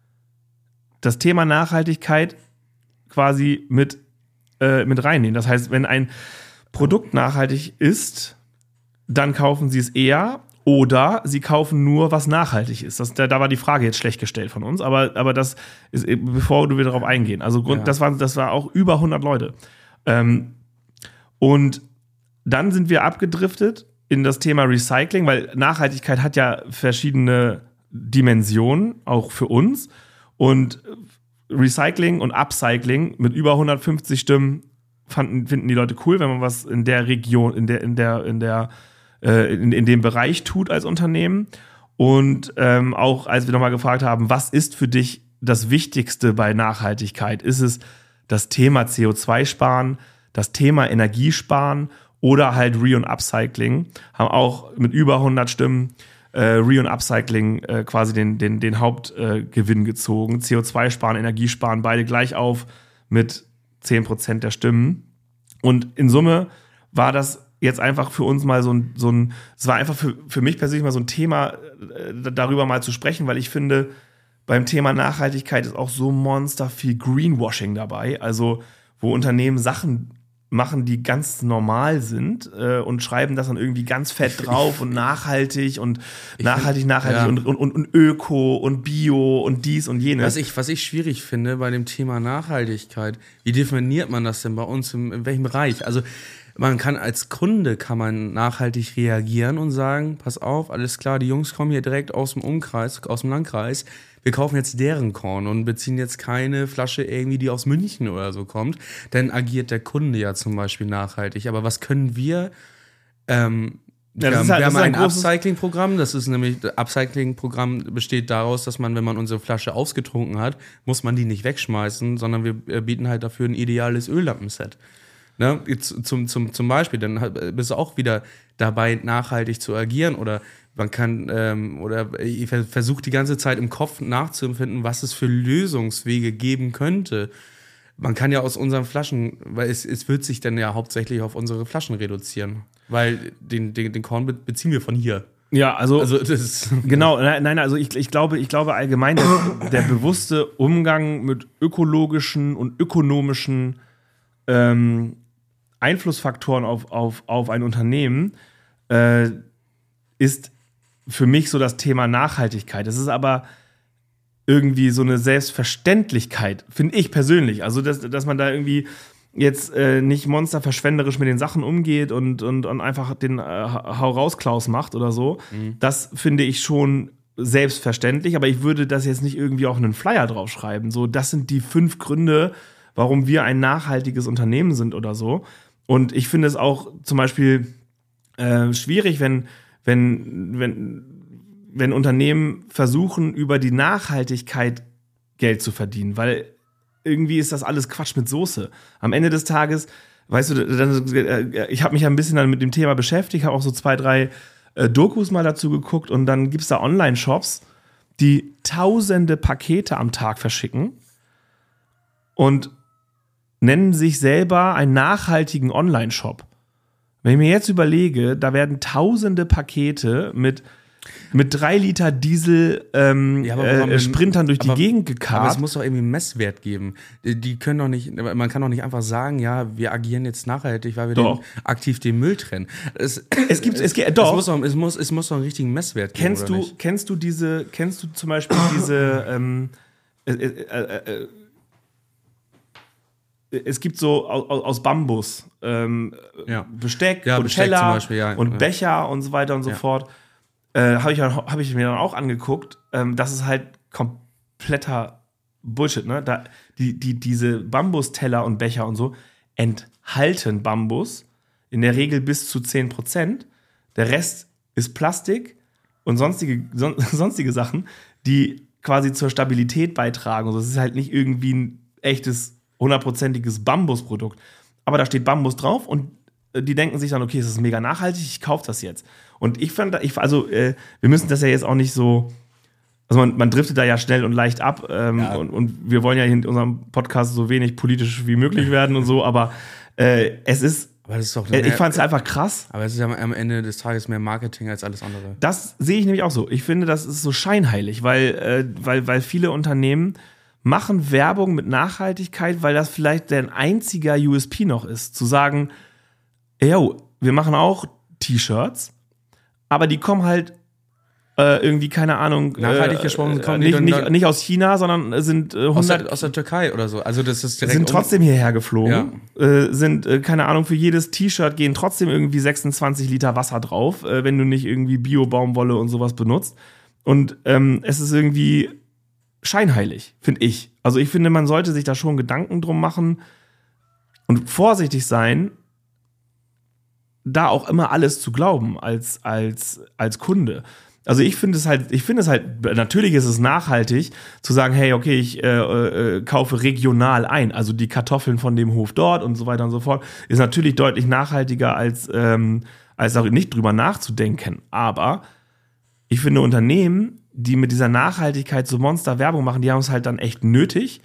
Speaker 1: das Thema Nachhaltigkeit quasi mit, äh, mit reinnehmen. Das heißt, wenn ein Produkt nachhaltig ist, dann kaufen sie es eher. Oder sie kaufen nur, was nachhaltig ist. Das, da, da war die Frage jetzt schlecht gestellt von uns, aber, aber das ist, bevor du wieder darauf eingehen. Also Grund, ja. das, war, das war auch über hundert Leute. Ähm, und dann sind wir abgedriftet in das Thema Recycling, weil Nachhaltigkeit hat ja verschiedene Dimensionen, auch für uns. Und Recycling und Upcycling mit über hundertfünfzig Stimmen fanden, finden die Leute cool, wenn man was in der Region, in der, in der, in der In, in dem Bereich tut als Unternehmen. Und ähm, auch als wir nochmal gefragt haben, was ist für dich das Wichtigste bei Nachhaltigkeit? Ist es das Thema C O zwei sparen, das Thema Energiesparen oder halt Re- und Upcycling? Haben auch mit über hundert Stimmen äh, Re- und Upcycling äh, quasi den, den, den Hauptgewinn äh, gezogen. C O zwei sparen, Energiesparen, beide gleich auf mit zehn Prozent der Stimmen. Und in Summe war das jetzt einfach für uns mal so ein, so ein es war einfach für, für mich persönlich mal so ein Thema, äh, darüber mal zu sprechen, weil ich finde, beim Thema Nachhaltigkeit ist auch so monster viel Greenwashing dabei. Also, wo Unternehmen Sachen machen, die ganz normal sind äh, und schreiben das dann irgendwie ganz fett drauf und nachhaltig und ich nachhaltig, find, nachhaltig ja. und, und, und, und Öko und Bio und dies und jenes.
Speaker 2: Was ich, was ich schwierig finde bei dem Thema Nachhaltigkeit, wie definiert man das denn bei uns, in, in welchem Bereich? Also man kann als Kunde kann man nachhaltig reagieren und sagen, pass auf, alles klar, die Jungs kommen hier direkt aus dem Umkreis, aus dem Landkreis, wir kaufen jetzt deren Korn und beziehen jetzt keine Flasche irgendwie, die aus München oder so kommt. Dann agiert der Kunde ja zum Beispiel nachhaltig. Aber was können wir? Ähm, ja, wir haben, halt, wir haben ein, ein Upcycling-Programm. Das ist nämlich, das Upcycling-Programm besteht daraus, dass man, wenn man unsere Flasche ausgetrunken hat, muss man die nicht wegschmeißen, sondern wir bieten halt dafür ein ideales Öllampenset. Ne? Zum, zum, zum Beispiel, dann bist du auch wieder dabei, nachhaltig zu agieren oder man kann, ähm, oder ich versuche die ganze Zeit im Kopf nachzuempfinden, was es für Lösungswege geben könnte. Man kann ja aus unseren Flaschen, weil es, es wird sich dann ja hauptsächlich auf unsere Flaschen reduzieren. Weil den, den, den Korn beziehen wir von hier.
Speaker 1: Ja, also,
Speaker 2: also das ist
Speaker 1: genau, nein, also ich, ich glaube, ich glaube allgemein, der, der bewusste Umgang mit ökologischen und ökonomischen ähm, Einflussfaktoren auf, auf, auf ein Unternehmen äh, ist für mich so das Thema Nachhaltigkeit. Das ist aber irgendwie so eine Selbstverständlichkeit, finde ich persönlich. Also, dass, dass man da irgendwie jetzt äh, nicht monsterverschwenderisch mit den Sachen umgeht und, und, und einfach den äh, Hau-raus-Klaus macht oder so. Mhm. Das finde ich schon selbstverständlich, aber ich würde das jetzt nicht irgendwie auf einen Flyer draufschreiben. So, das sind die fünf Gründe, warum wir ein nachhaltiges Unternehmen sind oder so. Und ich finde es auch zum Beispiel äh, schwierig, wenn Wenn, wenn, wenn Unternehmen versuchen, über die Nachhaltigkeit Geld zu verdienen, weil irgendwie ist das alles Quatsch mit Soße. Am Ende des Tages, weißt du, dann, ich habe mich ja ein bisschen dann mit dem Thema beschäftigt, habe auch so zwei, drei äh, Dokus mal dazu geguckt und dann gibt es da Online-Shops, die tausende Pakete am Tag verschicken und nennen sich selber einen nachhaltigen Online-Shop. Wenn ich mir jetzt überlege, da werden tausende Pakete mit, mit drei Liter Diesel ähm, ja, äh, Sprintern durch die aber, Gegend gekarrt.
Speaker 2: Aber es muss doch irgendwie einen Messwert geben. Die können doch nicht, man kann doch nicht einfach sagen, ja, wir agieren jetzt nachhaltig, weil wir den, aktiv den Müll trennen. Es,
Speaker 1: es gibt, es, es, doch.
Speaker 2: Es muss, doch, es, muss, es muss doch einen richtigen Messwert geben.
Speaker 1: Kennst
Speaker 2: oder
Speaker 1: du,
Speaker 2: nicht?
Speaker 1: kennst du diese, kennst du zum Beispiel diese, ähm, äh, äh, äh, es gibt so aus, aus Bambus ähm,
Speaker 2: ja.
Speaker 1: Besteck
Speaker 2: ja,
Speaker 1: und
Speaker 2: Besteck
Speaker 1: Teller
Speaker 2: zum Beispiel, ja.
Speaker 1: und
Speaker 2: ja.
Speaker 1: Becher und so weiter und so ja. fort. Äh, Habe ich, hab ich mir dann auch angeguckt. Ähm, das ist halt kompletter Bullshit. Ne? Da, die, die, diese Bambusteller und Becher und so enthalten Bambus in der Regel bis zu zehn Prozent. Der Rest ist Plastik und sonstige, son, sonstige Sachen, die quasi zur Stabilität beitragen. Also es ist halt nicht irgendwie ein echtes hundertprozentiges Bambusprodukt. Aber da steht Bambus drauf und die denken sich dann, okay, es ist mega nachhaltig, ich kaufe das jetzt. Und ich fand, ich, also äh, wir müssen das ja jetzt auch nicht so, also man, man driftet da ja schnell und leicht ab ähm, ja. und, und wir wollen ja in unserem Podcast so wenig politisch wie möglich werden und so, aber äh, es ist,
Speaker 2: aber das ist doch
Speaker 1: äh, ich fand es einfach krass.
Speaker 2: Aber es ist ja am Ende des Tages mehr Marketing als alles andere.
Speaker 1: Das sehe ich nämlich auch so. Ich finde, das ist so scheinheilig, weil, äh, weil, weil viele Unternehmen machen Werbung mit Nachhaltigkeit, weil das vielleicht dein einziger U S P noch ist. Zu sagen, yo, wir machen auch T-Shirts, aber die kommen halt äh, irgendwie, keine Ahnung,
Speaker 2: nachhaltig
Speaker 1: äh,
Speaker 2: gesprochen, kommen
Speaker 1: nicht,
Speaker 2: die
Speaker 1: nicht, nicht aus China, sondern sind äh, hundert
Speaker 2: aus der, aus der Türkei oder so. Also das ist direkt
Speaker 1: sind trotzdem hierher geflogen,
Speaker 2: ja.
Speaker 1: äh, sind, äh, keine Ahnung, für jedes T-Shirt gehen trotzdem irgendwie sechsundzwanzig Liter Wasser drauf, äh, wenn du nicht irgendwie Bio-Baumwolle und sowas benutzt. Und ähm, es ist irgendwie scheinheilig, finde ich. Also ich finde, man sollte sich da schon Gedanken drum machen und vorsichtig sein, da auch immer alles zu glauben als, als, als Kunde. Also ich finde es halt, ich finde es halt, natürlich ist es nachhaltig zu sagen, hey, okay, ich äh, äh, kaufe regional ein. Also die Kartoffeln von dem Hof dort und so weiter und so fort ist natürlich deutlich nachhaltiger als, ähm, als auch nicht drüber nachzudenken. Aber ich finde, Unternehmen, die mit dieser Nachhaltigkeit so Monster-Werbung machen, die haben es halt dann echt nötig,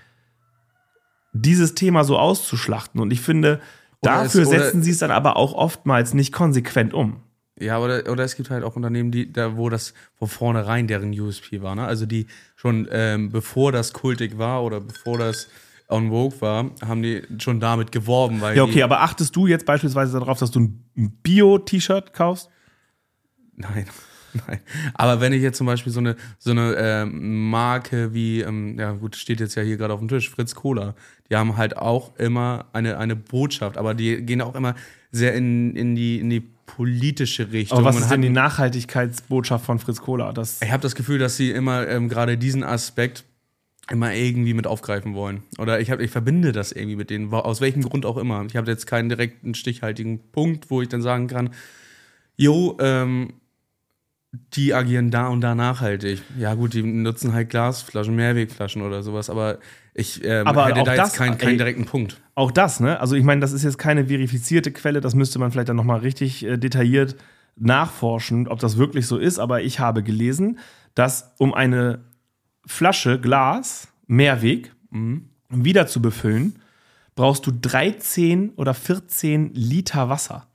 Speaker 1: dieses Thema so auszuschlachten. Und ich finde, oder dafür es, setzen sie es dann aber auch oftmals nicht konsequent um.
Speaker 2: Ja, oder, oder es gibt halt auch Unternehmen, die, da, wo das von vornherein deren U S P war, ne? Also die schon, ähm, bevor das kultig war oder bevor das on Vogue war, haben die schon damit geworben. Weil
Speaker 1: ja, okay, aber achtest du jetzt beispielsweise darauf, dass du ein Bio-T-Shirt kaufst?
Speaker 2: Nein, nein. Aber wenn ich jetzt zum Beispiel so eine, so eine ähm, Marke wie, ähm, ja gut, steht jetzt ja hier gerade auf dem Tisch, Fritz Cola, die haben halt auch immer eine, eine Botschaft, aber die gehen auch immer sehr in, in, die, in die politische Richtung.
Speaker 1: Aber was ist denn die Nachhaltigkeitsbotschaft von Fritz Cola? Das
Speaker 2: ich habe das Gefühl, dass sie immer ähm, gerade diesen Aspekt immer irgendwie mit aufgreifen wollen. Oder ich, hab, ich verbinde das irgendwie mit denen, aus welchem Grund auch immer. Ich habe jetzt keinen direkten, stichhaltigen Punkt, wo ich dann sagen kann, jo, ähm, die agieren da und da nachhaltig. Ja gut, die nutzen halt Glasflaschen, Mehrwegflaschen oder sowas, aber ich ähm,
Speaker 1: aber
Speaker 2: hätte da
Speaker 1: das,
Speaker 2: jetzt keinen, keinen direkten Punkt.
Speaker 1: Auch das, ne? Also ich meine, das ist jetzt keine verifizierte Quelle, das müsste man vielleicht dann nochmal richtig äh, detailliert nachforschen, ob das wirklich so ist, aber ich habe gelesen, dass um eine Flasche Glas, Mehrweg,
Speaker 2: Mhm.
Speaker 1: wieder zu befüllen, brauchst du dreizehn oder vierzehn Liter Wasser.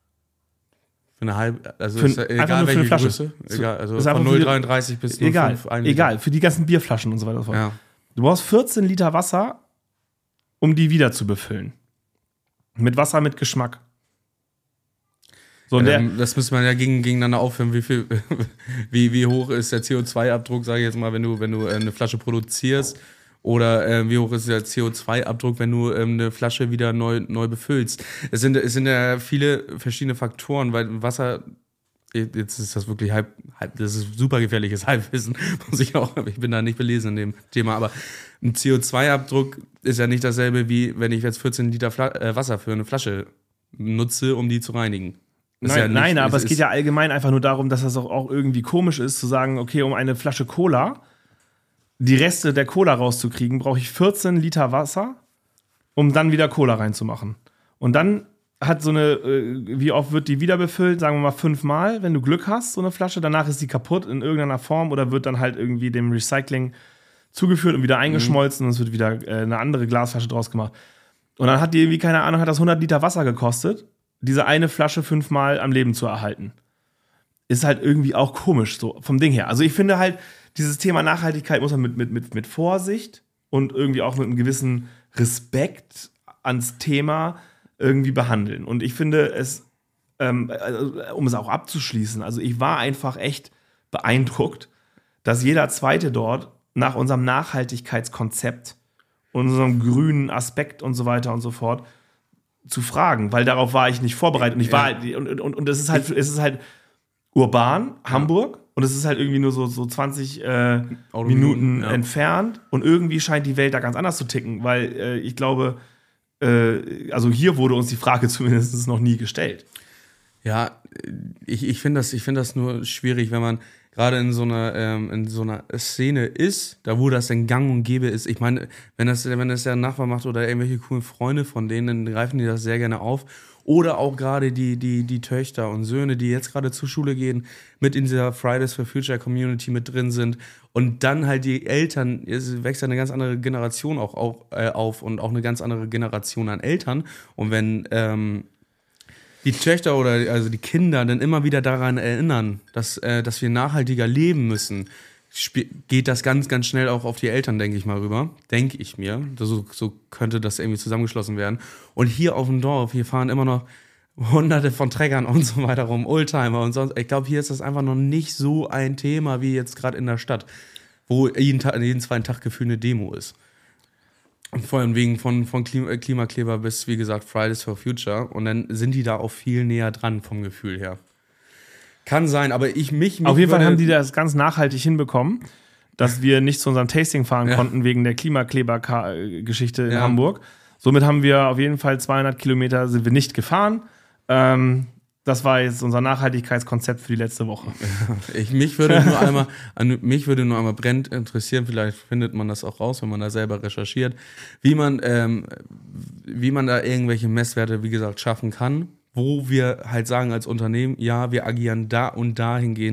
Speaker 2: Für eine halbe, also
Speaker 1: für,
Speaker 2: ist ja egal welche
Speaker 1: Flasche.
Speaker 2: Größe, egal, also
Speaker 1: ist
Speaker 2: von null Komma dreiunddreißig bis null Komma fünf.
Speaker 1: Egal, egal, für die ganzen Bierflaschen und so weiter und so fort.
Speaker 2: Ja.
Speaker 1: Du brauchst vierzehn Liter Wasser, um die wieder zu befüllen. Mit Wasser mit Geschmack. So,
Speaker 2: Ja,
Speaker 1: der,
Speaker 2: dann, das müsste man ja gegen, gegeneinander aufhören, wie viel, wie, wie hoch ist der C O zwei Abdruck, sage ich jetzt mal, wenn du, wenn du äh, eine Flasche produzierst, oder äh, wie hoch ist der C O zwei Abdruck, wenn du ähm, eine Flasche wieder neu, neu befüllst. Es sind, es sind ja viele verschiedene Faktoren, weil Wasser, jetzt ist das wirklich halb, halb das ist super gefährliches Halbwissen, muss ich auch, ich bin da nicht belesen in dem Thema, aber ein C O zwei Abdruck ist ja nicht dasselbe, wie wenn ich jetzt vierzehn Liter Fla- äh, Wasser für eine Flasche nutze, um die zu reinigen.
Speaker 1: Nein,
Speaker 2: ja nicht,
Speaker 1: nein, aber es,
Speaker 2: es
Speaker 1: geht ja allgemein einfach nur darum, dass das auch, auch irgendwie komisch ist, zu sagen, okay, um eine Flasche Cola, die Reste der Cola rauszukriegen, brauche ich vierzehn Liter Wasser, um dann wieder Cola reinzumachen. Und dann hat so eine, äh, wie oft wird die wieder befüllt? Sagen wir mal fünfmal, wenn du Glück hast, so eine Flasche. Danach ist die kaputt in irgendeiner Form oder wird dann halt irgendwie dem Recycling zugeführt und wieder eingeschmolzen, mhm. und es wird wieder äh, eine andere Glasflasche draus gemacht. Und dann hat die irgendwie, keine Ahnung, hat das hundert Liter Wasser gekostet, diese eine Flasche fünfmal am Leben zu erhalten. Ist halt irgendwie auch komisch, so vom Ding her. Also ich finde halt, dieses Thema Nachhaltigkeit muss man mit, mit, mit, mit Vorsicht und irgendwie auch mit einem gewissen Respekt ans Thema irgendwie behandeln. Und ich finde es, ähm, um es auch abzuschließen, also ich war einfach echt beeindruckt, dass jeder Zweite dort nach unserem Nachhaltigkeitskonzept, unserem grünen Aspekt und so weiter und so fort zu fragen, weil darauf war ich nicht vorbereitet. Und ich war halt, und, und, und es ist halt, es ist halt urban, Hamburg, ja. Und es ist halt irgendwie nur so, so zwanzig äh, Minuten ja. entfernt. Und irgendwie scheint die Welt da ganz anders zu ticken, weil äh, ich glaube, äh, also hier wurde uns die Frage zumindest noch nie gestellt.
Speaker 2: Ja, ich, ich finde das, ich find das nur schwierig, wenn man gerade in so einer ähm, in so einer Szene ist, da wo das dann gang und gäbe ist. Ich meine, wenn das, wenn das der Nachbar macht oder irgendwelche coolen Freunde von denen, dann greifen die das sehr gerne auf. Oder auch gerade die, die, die Töchter und Söhne, die jetzt gerade zur Schule gehen, mit in dieser Fridays for Future Community mit drin sind. Und dann halt die Eltern, es wächst eine ganz andere Generation auch, auch äh, auf und auch eine ganz andere Generation an Eltern. Und wenn ähm, die Töchter oder also die Kinder dann immer wieder daran erinnern, dass, äh, dass wir nachhaltiger leben müssen, sp- geht das ganz, ganz schnell auch auf die Eltern, denke ich mal, rüber. Denke ich mir. So, so könnte das irgendwie zusammengeschlossen werden. Und hier auf dem Dorf, hier fahren immer noch hunderte von Treckern und so weiter rum, Oldtimer und sonst. Ich glaube, hier ist das einfach noch nicht so ein Thema wie jetzt gerade in der Stadt, wo jeden, Tag, jeden zweiten Tag gefühlt eine Demo ist. Und vor allem wegen von, von Klima, Klimakleber bis, wie gesagt, Fridays for Future. Und dann sind die da auch viel näher dran vom Gefühl her. Kann sein, aber ich mich... mich
Speaker 1: Auf jeden Fall haben die das ganz nachhaltig hinbekommen, dass wir nicht zu unserem Tasting fahren ja. konnten wegen der Klimakleber-Geschichte in ja. Hamburg. Somit haben wir auf jeden Fall zweihundert Kilometer sind wir nicht gefahren. Ähm, das war jetzt unser Nachhaltigkeitskonzept für die letzte Woche.
Speaker 2: Ich, mich würde nur einmal, an, mich würde nur einmal brennend interessieren, vielleicht findet man das auch raus, wenn man da selber recherchiert, wie man, ähm, wie man da irgendwelche Messwerte, wie gesagt, schaffen kann, wo wir halt sagen als Unternehmen, ja, wir agieren da und dahingehend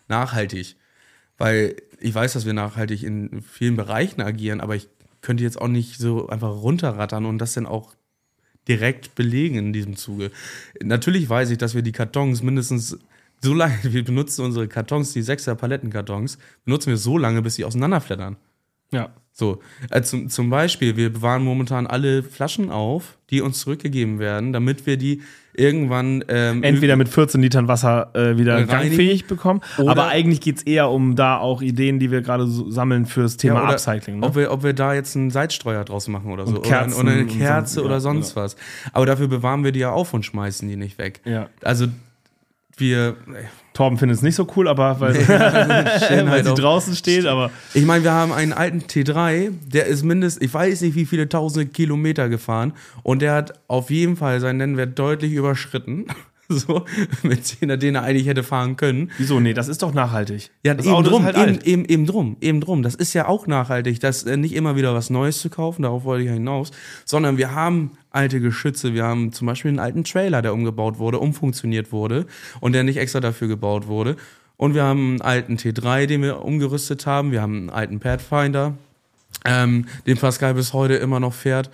Speaker 2: nachhaltig. Weil ich weiß, dass wir nachhaltig in vielen Bereichen agieren, aber ich könnte jetzt auch nicht so einfach runterrattern und das dann auch direkt belegen in diesem Zuge. Natürlich weiß ich, dass wir die Kartons mindestens so lange, wir benutzen unsere Kartons, die sechser Palettenkartons, benutzen wir so lange, bis sie auseinanderflattern.
Speaker 1: Ja.
Speaker 2: So, äh, zum, zum Beispiel, wir bewahren momentan alle Flaschen auf, die uns zurückgegeben werden, damit wir die irgendwann ähm,
Speaker 1: entweder mit vierzehn Litern Wasser äh, wieder
Speaker 2: reinigen,
Speaker 1: gangfähig bekommen,
Speaker 2: oder
Speaker 1: aber eigentlich geht es eher um da auch Ideen, die wir gerade so sammeln fürs Thema
Speaker 2: ja,
Speaker 1: Upcycling. Ne?
Speaker 2: Ob, wir, ob wir da jetzt einen Salzstreuer draus machen oder so.
Speaker 1: Und Kerzen
Speaker 2: oder, oder eine Kerze
Speaker 1: und so,
Speaker 2: oder
Speaker 1: ja,
Speaker 2: sonst
Speaker 1: genau.
Speaker 2: was. Aber dafür bewahren wir die ja auf und schmeißen die nicht weg.
Speaker 1: Ja.
Speaker 2: Also wir...
Speaker 1: Torben findet es nicht so cool, aber weil,
Speaker 2: Nee,
Speaker 1: weil
Speaker 2: halt
Speaker 1: sie
Speaker 2: auch.
Speaker 1: draußen steht, aber
Speaker 2: Ich meine, wir haben einen alten T drei, der ist mindestens, ich weiß nicht, wie viele tausende Kilometer gefahren und der hat auf jeden Fall seinen Nennwert deutlich überschritten. So, mit denen, den er eigentlich hätte fahren können.
Speaker 1: wieso? Nee, das ist doch nachhaltig.
Speaker 2: Ja,
Speaker 1: das
Speaker 2: eben
Speaker 1: Auto
Speaker 2: drum,
Speaker 1: ist halt
Speaker 2: eben,
Speaker 1: alt.
Speaker 2: eben, eben drum, eben drum. Das ist ja auch nachhaltig, das äh, nicht immer wieder was Neues zu kaufen, darauf wollte ich ja hinaus, sondern wir haben alte Geschütze, wir haben zum Beispiel einen alten Trailer, der umgebaut wurde, umfunktioniert wurde und der nicht extra dafür gebaut wurde. Und wir haben einen alten T drei, den wir umgerüstet haben, wir haben einen alten Pathfinder, ähm, den Pascal bis heute immer noch fährt.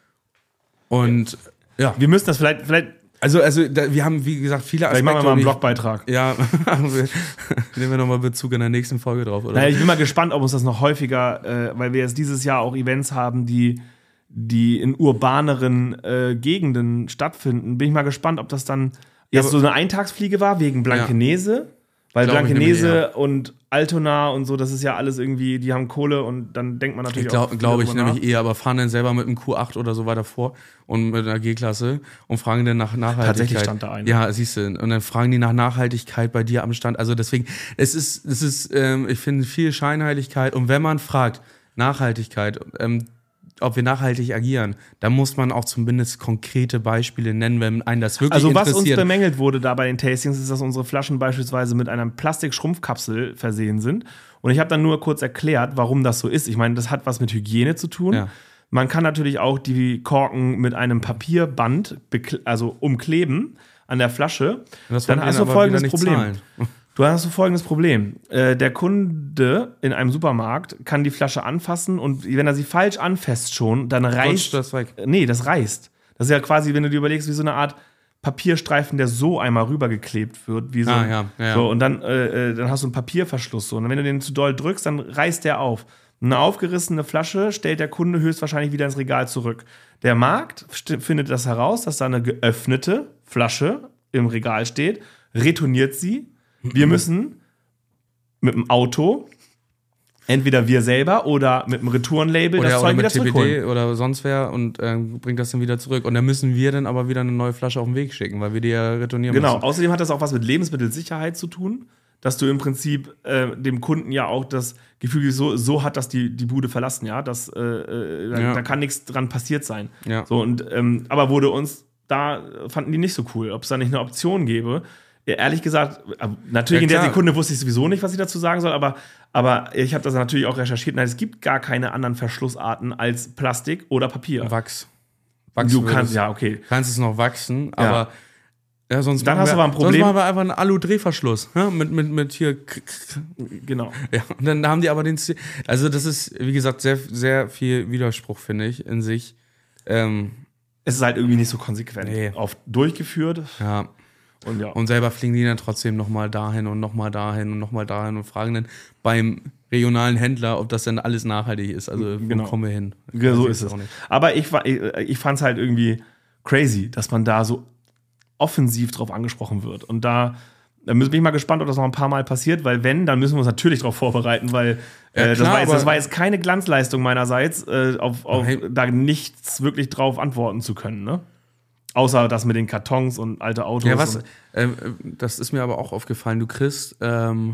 Speaker 2: Und ja,
Speaker 1: Wir müssen das vielleicht, vielleicht,
Speaker 2: also, also da, wir haben, wie gesagt, viele
Speaker 1: vielleicht
Speaker 2: Aspekte.
Speaker 1: machen wir mal einen
Speaker 2: und ich-
Speaker 1: Blogbeitrag.
Speaker 2: Ja, nehmen wir nochmal Bezug in der nächsten Folge drauf, oder?
Speaker 1: Naja, ich bin mal gespannt, ob uns das noch häufiger, äh, weil wir jetzt dieses Jahr auch Events haben, die, die in urbaneren äh, Gegenden stattfinden. Bin ich mal gespannt, ob das dann jetzt
Speaker 2: aber-
Speaker 1: so eine Eintagsfliege war wegen Blankenese. Weil
Speaker 2: Glaub ich
Speaker 1: Blankenese
Speaker 2: nämlich,
Speaker 1: und Altona und so, das ist ja alles irgendwie, die haben Kohle und dann denkt man natürlich
Speaker 2: Ich glaube
Speaker 1: auch.
Speaker 2: glaub ich
Speaker 1: darüber
Speaker 2: nämlich eher, aber fahren dann selber mit einem Q acht oder so weiter vor und mit einer G-Klasse und fragen dann nach Nachhaltigkeit.
Speaker 1: Tatsächlich stand da einer.
Speaker 2: Ja, siehst du. Und dann fragen die nach Nachhaltigkeit bei dir am Stand. Also deswegen, es ist, es ist, ähm, ich finde, viel Scheinheiligkeit. Und wenn man fragt, Nachhaltigkeit, ähm, ob wir nachhaltig agieren, dann muss man auch zumindest konkrete Beispiele nennen, wenn einen das wirklich
Speaker 1: Also was uns
Speaker 2: interessiert.
Speaker 1: bemängelt wurde da bei den Tastings, ist, dass unsere Flaschen beispielsweise mit einer Plastikschrumpfkapsel versehen sind. Und ich habe dann nur kurz erklärt, warum das so ist. Ich meine, das hat was mit Hygiene zu tun.
Speaker 2: Ja.
Speaker 1: Man kann natürlich auch die Korken mit einem Papierband bekle- also umkleben an der Flasche.
Speaker 2: Das
Speaker 1: Dann
Speaker 2: wollen
Speaker 1: hast
Speaker 2: wir
Speaker 1: du
Speaker 2: aber
Speaker 1: folgendes
Speaker 2: wieder nicht
Speaker 1: Problem.
Speaker 2: zahlen.
Speaker 1: Du hast so folgendes Problem. Äh, der Kunde in einem Supermarkt kann die Flasche anfassen und wenn er sie falsch anfasst schon, dann reißt
Speaker 2: Rutscht das weg.
Speaker 1: Nee, das reißt. Das ist ja quasi, wenn du dir überlegst, wie so eine Art Papierstreifen, der so einmal rübergeklebt wird, wie so.
Speaker 2: Ah,
Speaker 1: ein-
Speaker 2: ja, ja, ja.
Speaker 1: So, und dann, äh, äh, dann hast du einen Papierverschluss. So. Und wenn du den zu doll drückst, dann reißt der auf. Eine aufgerissene Flasche stellt der Kunde höchstwahrscheinlich wieder ins Regal zurück. Der Markt st- findet das heraus, dass da eine geöffnete Flasche im Regal steht, retourniert sie. Wir müssen mit dem Auto, entweder wir selber oder mit dem Retourenlabel,
Speaker 2: Oder,
Speaker 1: das
Speaker 2: oder
Speaker 1: Zeug wieder
Speaker 2: mit T B
Speaker 1: zurückholen.
Speaker 2: D oder sonst wer und äh, bringt das dann wieder zurück. Und dann müssen wir dann aber wieder eine neue Flasche auf den Weg schicken, weil wir die ja retournieren
Speaker 1: Genau,
Speaker 2: müssen.
Speaker 1: außerdem hat das auch was mit Lebensmittelsicherheit zu tun, dass du im Prinzip äh, dem Kunden ja auch das Gefühl gibst, so, so hat das die, die Bude verlassen, ja, das, äh, äh, da,
Speaker 2: Ja.
Speaker 1: da kann nichts dran passiert sein.
Speaker 2: Ja.
Speaker 1: So, und, ähm, aber wurde uns, da fanden die nicht so cool, ob es da nicht eine Option gäbe. Ja, ehrlich gesagt, äh, natürlich
Speaker 2: Ja,
Speaker 1: in der
Speaker 2: klar.
Speaker 1: Sekunde wusste ich sowieso nicht, was ich dazu sagen soll, aber, aber ich habe das natürlich auch recherchiert. Nein, es gibt gar keine anderen Verschlussarten als Plastik oder Papier.
Speaker 2: Wachs. Wachs
Speaker 1: Du
Speaker 2: würde
Speaker 1: kannst,
Speaker 2: es-
Speaker 1: ja, okay.
Speaker 2: kannst es noch wachsen, aber ja, sonst
Speaker 1: Dann
Speaker 2: machen
Speaker 1: hast du
Speaker 2: wir,
Speaker 1: aber ein Problem.
Speaker 2: Sonst machen wir einfach einen Alu-Drehverschluss. Ja, mit, mit, mit hier.
Speaker 1: Genau.
Speaker 2: Ja, und dann haben die aber den. Stil- Also, das ist, wie gesagt, sehr, sehr viel Widerspruch, finde ich, in sich. Ähm,
Speaker 1: Es ist halt irgendwie nicht so konsequent
Speaker 2: Nee.
Speaker 1: oft durchgeführt.
Speaker 2: ja.
Speaker 1: Und ja.
Speaker 2: Und selber fliegen die dann trotzdem nochmal dahin und nochmal dahin und nochmal dahin und fragen dann beim regionalen Händler, ob das denn alles nachhaltig ist. Also, wo
Speaker 1: Genau.
Speaker 2: kommen wir hin?
Speaker 1: Ja, so
Speaker 2: Weiß
Speaker 1: ist
Speaker 2: ich
Speaker 1: es.
Speaker 2: auch nicht.
Speaker 1: Aber ich, war- ich, ich fand es halt irgendwie crazy, dass man da so offensiv drauf angesprochen wird. Und da, da bin ich mal gespannt, ob das noch ein paar Mal passiert, weil wenn, dann müssen wir uns natürlich darauf vorbereiten, weil
Speaker 2: Ja,
Speaker 1: äh, das,
Speaker 2: klar,
Speaker 1: war jetzt, das
Speaker 2: aber-
Speaker 1: war jetzt keine Glanzleistung meinerseits, äh, auf, auf
Speaker 2: Nein.
Speaker 1: da nichts wirklich drauf antworten zu können. Ne? Außer das mit den Kartons und alte Autos.
Speaker 2: Ja, was,
Speaker 1: und,
Speaker 2: ähm, das ist mir aber auch aufgefallen. Du kriegst ähm,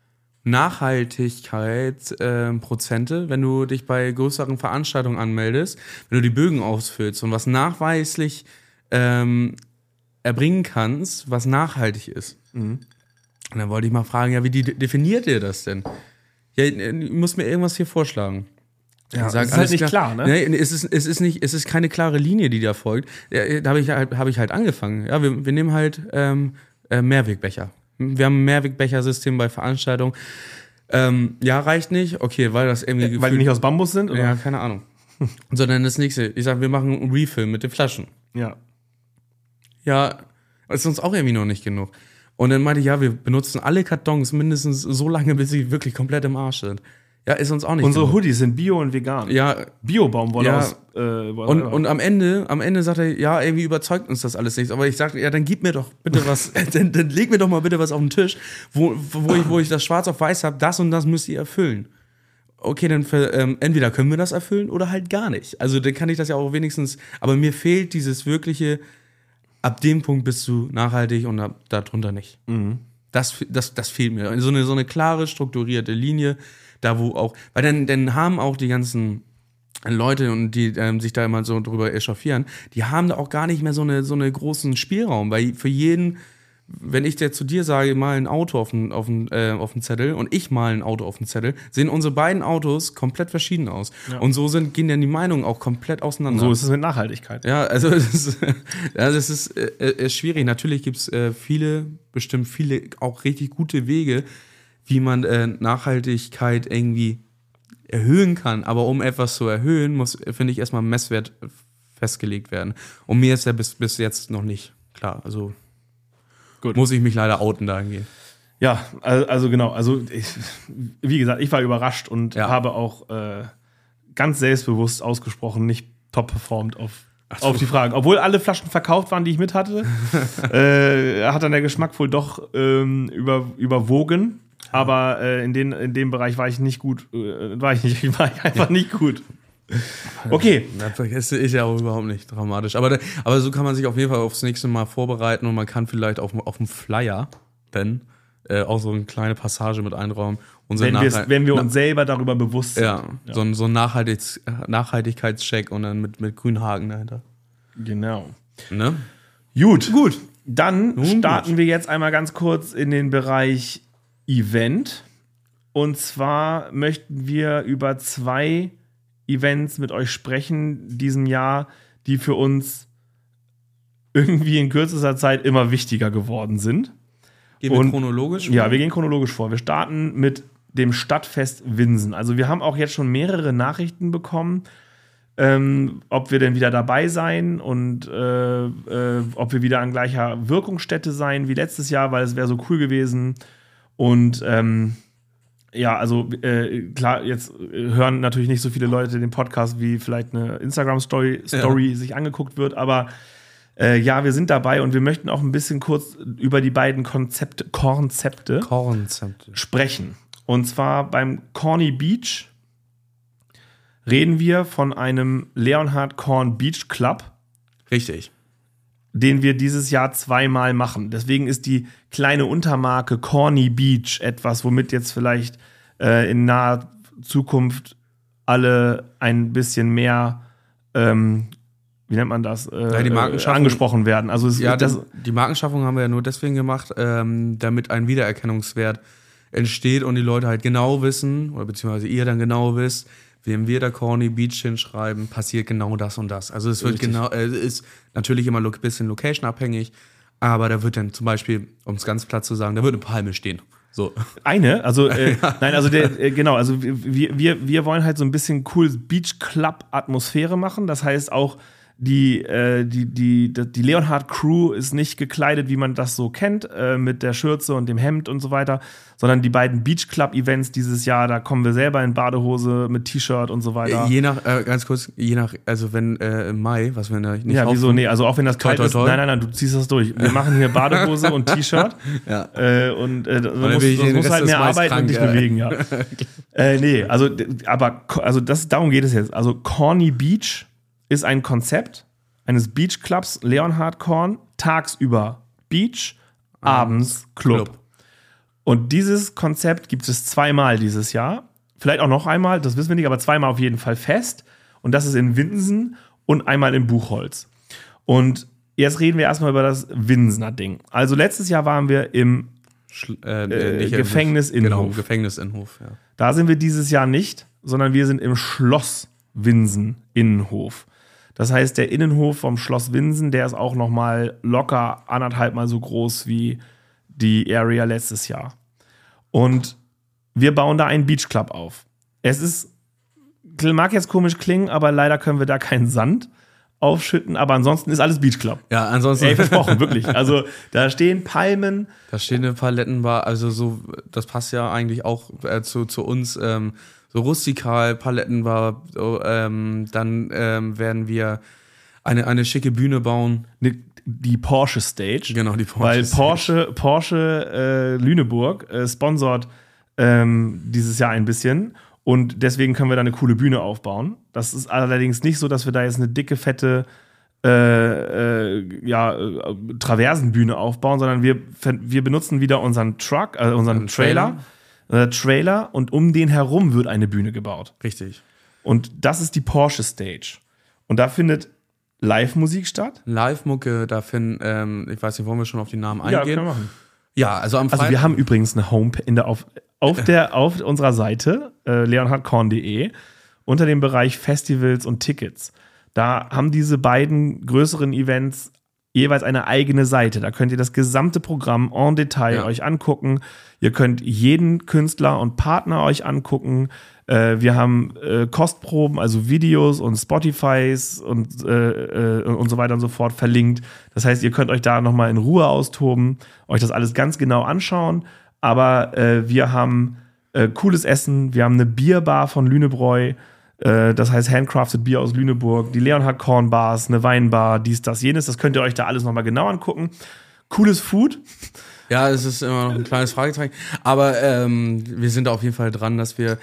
Speaker 2: Nachhaltigkeit ähm, Prozente, wenn du dich bei größeren Veranstaltungen anmeldest, wenn du die Bögen ausfüllst und was nachweislich ähm, erbringen kannst, was nachhaltig ist.
Speaker 1: Mhm.
Speaker 2: Und dann wollte ich mal fragen, ja, wie de- definiert ihr das denn? Ja, du musst mir irgendwas hier vorschlagen.
Speaker 1: Ja,
Speaker 2: Sag,
Speaker 1: das ist halt
Speaker 2: alles
Speaker 1: nicht klar, ne?
Speaker 2: Nee, es ist, es ist nicht, es ist keine klare Linie, die da folgt. Ja, da habe ich, halt- hab ich halt angefangen. Ja, wir, wir nehmen halt ähm, äh, Mehrwegbecher. Wir haben ein Mehrwegbechersystem bei Veranstaltungen. Ähm, ja, reicht nicht. Okay, weil das irgendwie...
Speaker 1: Weil die nicht aus Bambus sind? Oder?
Speaker 2: Ja, keine Ahnung. Sondern das nächste. Ich sag, wir machen einen Refill mit den Flaschen.
Speaker 1: Ja.
Speaker 2: Ja, ist uns auch irgendwie noch nicht genug. Und dann meinte ich, ja, wir benutzen alle Kartons mindestens so lange, bis sie wirklich komplett im Arsch sind. Ja, ist uns auch nicht
Speaker 1: Unsere
Speaker 2: genug.
Speaker 1: Hoodies sind bio und vegan.
Speaker 2: Ja,
Speaker 1: Bio-Baumwolle
Speaker 2: ja.
Speaker 1: aus. Äh,
Speaker 2: und, und am Ende, am Ende sagt er, ja, irgendwie überzeugt uns das alles nichts. Aber ich sage, ja, dann gib mir doch bitte was, dann, dann leg mir doch mal bitte was auf den Tisch, wo, wo, ich, wo ich das schwarz auf weiß habe, das und das müsst ihr erfüllen. Okay, dann für, ähm, entweder können wir das erfüllen oder halt gar nicht. Also dann kann ich das ja auch wenigstens, aber mir fehlt dieses wirkliche, ab dem Punkt bist du nachhaltig und ab, darunter nicht.
Speaker 1: Mhm.
Speaker 2: Das, das, das fehlt mir. So eine, so eine klare, strukturierte Linie, da wo auch, weil dann, dann haben auch die ganzen Leute, und die ähm, sich da immer so drüber echauffieren, die haben da auch gar nicht mehr so eine, so eine großen Spielraum, weil für jeden, wenn ich jetzt zu dir sage, mal ein Auto auf den, auf den, äh, auf den Zettel und ich mal ein Auto auf den Zettel, sehen unsere beiden Autos komplett verschieden aus. Ja. Und so sind, gehen dann die Meinungen auch komplett auseinander.
Speaker 1: Und so ist es mit Nachhaltigkeit.
Speaker 2: Ja, also das ist, ja, das ist, äh, ist schwierig. Natürlich gibt es äh, viele, bestimmt viele auch richtig gute Wege, wie man äh, Nachhaltigkeit irgendwie erhöhen kann. Aber um etwas zu erhöhen, muss, finde ich, erstmal ein Messwert festgelegt werden. Und mir ist ja bis, bis jetzt noch nicht klar. Also Gut. muss ich mich leider outen dahingehend.
Speaker 1: Ja, also, also genau. Also ich, wie gesagt, ich war überrascht und ja. habe auch äh, ganz selbstbewusst ausgesprochen nicht top performt auf, auf die Fragen. Obwohl alle Flaschen verkauft waren, die ich mit hatte, äh, hat dann der Geschmack wohl doch ähm, über, überwogen. Aber äh, in, den, in dem Bereich war ich nicht gut. Äh, war ich nicht, war ich einfach nicht gut. Okay.
Speaker 2: Das ist ja auch überhaupt nicht dramatisch. Aber, aber so kann man sich auf jeden Fall aufs nächste Mal vorbereiten und man kann vielleicht auf, auf dem Flyer dann äh, auch so eine kleine Passage mit einräumen.
Speaker 1: Wenn, wenn wir uns selber darüber bewusst sind.
Speaker 2: Ja, ja. so ein, so ein Nachhaltigs, Nachhaltigkeitscheck und dann mit, mit grünen Haken dahinter.
Speaker 1: Genau.
Speaker 2: Ne?
Speaker 1: Gut. Gut. Dann Nun starten
Speaker 2: gut.
Speaker 1: wir jetzt einmal ganz kurz in den Bereich Event. Und zwar möchten wir über zwei Events mit euch sprechen diesem Jahr, die für uns irgendwie in kürzester Zeit immer wichtiger geworden sind.
Speaker 2: Gehen wir Und, chronologisch vor?
Speaker 1: Ja, wir gehen chronologisch vor. Wir starten mit dem Stadtfest Winsen. Also wir haben auch jetzt schon mehrere Nachrichten bekommen, ähm, ob wir denn wieder dabei sein und äh, äh, ob wir wieder an gleicher Wirkungsstätte sein wie letztes Jahr, weil es wäre so cool gewesen. Und ähm, ja, also äh, klar, jetzt hören natürlich nicht so viele Leute den Podcast, wie vielleicht eine Instagram-Story Story ja. sich angeguckt wird, aber äh, ja, wir sind dabei und wir möchten auch ein bisschen kurz über die beiden Konzepte, Konzepte,
Speaker 2: Konzepte
Speaker 1: sprechen. Und zwar beim Corny Beach reden wir von einem Leonhard Korn Beach Club.
Speaker 2: Richtig.
Speaker 1: Den wir dieses Jahr zweimal machen. Deswegen ist die kleine Untermarke Corny Beach etwas, womit jetzt vielleicht äh, in naher Zukunft alle ein bisschen mehr, ähm, wie nennt man das, äh,
Speaker 2: ja, die Markenschaffung,
Speaker 1: angesprochen werden. Also es,
Speaker 2: ja,
Speaker 1: das,
Speaker 2: die Markenschaffung haben wir ja nur deswegen gemacht, ähm, damit ein Wiedererkennungswert entsteht und die Leute halt genau wissen, oder beziehungsweise ihr dann genau wisst, wenn wir da Corny Beach hinschreiben, passiert genau das und das. Also es wird
Speaker 1: Richtig.
Speaker 2: genau, es äh, ist natürlich immer ein bisschen location-abhängig, aber da wird dann zum Beispiel, um es ganz platt zu sagen, da wird eine Palme stehen. So.
Speaker 1: Eine, also äh, nein, also der, äh, genau, also wir, wir, wir wollen halt so ein bisschen cool Beach Club Atmosphäre machen. Das heißt auch die, äh, die, die, die Leonhard Crew ist nicht gekleidet, wie man das so kennt, äh, mit der Schürze und dem Hemd und so weiter, sondern die beiden Beach Club Events dieses Jahr, da kommen wir selber in Badehose mit T-Shirt und so weiter.
Speaker 2: Je nach, äh, ganz kurz, je nach, also wenn äh, im Mai, was wir nicht
Speaker 1: Ja, wieso, nee, also auch wenn das kalt
Speaker 2: toi, toi, toi.
Speaker 1: ist, nein, nein, nein, du ziehst das durch. Wir machen hier Badehose und T-Shirt
Speaker 2: ja.
Speaker 1: äh, und äh, du musst, du musst halt mehr arbeiten krank, und dich ja. bewegen, ja. äh, nee, also, aber, also das, darum geht es jetzt. Also Corny Beach ist ein Konzept eines Beach Clubs, Leonhard Korn, tagsüber Beach, abends Club. Club. Und dieses Konzept gibt es zweimal dieses Jahr. Vielleicht auch noch einmal, das wissen wir nicht, aber zweimal auf jeden Fall fest. Und das ist in Winsen und einmal in Buchholz. Und jetzt reden wir erstmal über das Winsener Ding. Also letztes Jahr waren wir im
Speaker 2: Schl- äh,
Speaker 1: äh, Gefängnis Innenhof.
Speaker 2: Genau, Gefängnis Innenhof, ja.
Speaker 1: Da sind wir dieses Jahr nicht, sondern wir sind im Schloss Winsen Innenhof. Das heißt, der Innenhof vom Schloss Winsen, der ist auch noch mal locker anderthalb Mal so groß wie die Area letztes Jahr. Und wir bauen da einen Beach Club auf. Es ist, mag jetzt komisch klingen, aber leider können wir da keinen Sand aufschütten, aber ansonsten ist alles Beach Club.
Speaker 2: Ja, ansonsten.
Speaker 1: Ey, versprochen, wirklich. Also da stehen Palmen.
Speaker 2: Da stehen eine Palettenbar, also so, das passt ja eigentlich auch äh, zu, zu uns, ähm, so rustikal, Palettenbar, so, ähm, dann ähm, werden wir eine, eine schicke Bühne bauen.
Speaker 1: Die Porsche Stage.
Speaker 2: Genau, die Porsche
Speaker 1: Weil
Speaker 2: Stage.
Speaker 1: Porsche, Porsche äh, Lüneburg äh, sponsort ähm, dieses Jahr ein bisschen. Und deswegen können wir da eine coole Bühne aufbauen. Das ist allerdings nicht so, dass wir da jetzt eine dicke, fette äh, äh, ja, äh, Traversenbühne aufbauen, sondern wir, wir benutzen wieder unseren Truck, äh, unseren
Speaker 2: Ein
Speaker 1: Trailer, Trailer. Äh, Trailer und um den herum wird eine Bühne gebaut.
Speaker 2: Richtig.
Speaker 1: Und das ist die Porsche Stage. Und da findet Live-Musik statt.
Speaker 2: Live-Mucke, da finden, ähm, ich weiß nicht, wollen wir schon auf die Namen
Speaker 1: Ja,
Speaker 2: eingehen?
Speaker 1: können wir machen.
Speaker 2: Ja, also am Freitag.
Speaker 1: Also wir haben übrigens eine Homepage in der, auf, auf, der, auf unserer Seite, äh, leonhardkorn punkt de, unter dem Bereich Festivals und Tickets. Da haben diese beiden größeren Events jeweils eine eigene Seite. Da könnt ihr das gesamte Programm en Detail
Speaker 2: Ja.
Speaker 1: euch angucken. Ihr könnt jeden Künstler und Partner euch angucken. Äh, wir haben äh, Kostproben, also Videos und Spotifys und, äh, äh, und so weiter und so fort verlinkt. Das heißt, ihr könnt euch da nochmal in Ruhe austoben, euch das alles ganz genau anschauen. Aber äh, wir haben äh, cooles Essen, wir haben eine Bierbar von Lünebräu, äh, das heißt Handcrafted Bier aus Lüneburg, die Leonhard Korn Bars, eine Weinbar, dies, das, jenes. Das könnt ihr euch da alles nochmal genau angucken. Cooles Food.
Speaker 2: Ja, es ist immer noch ein kleines Fragezeichen. Aber ähm, wir sind da auf jeden Fall dran, dass wir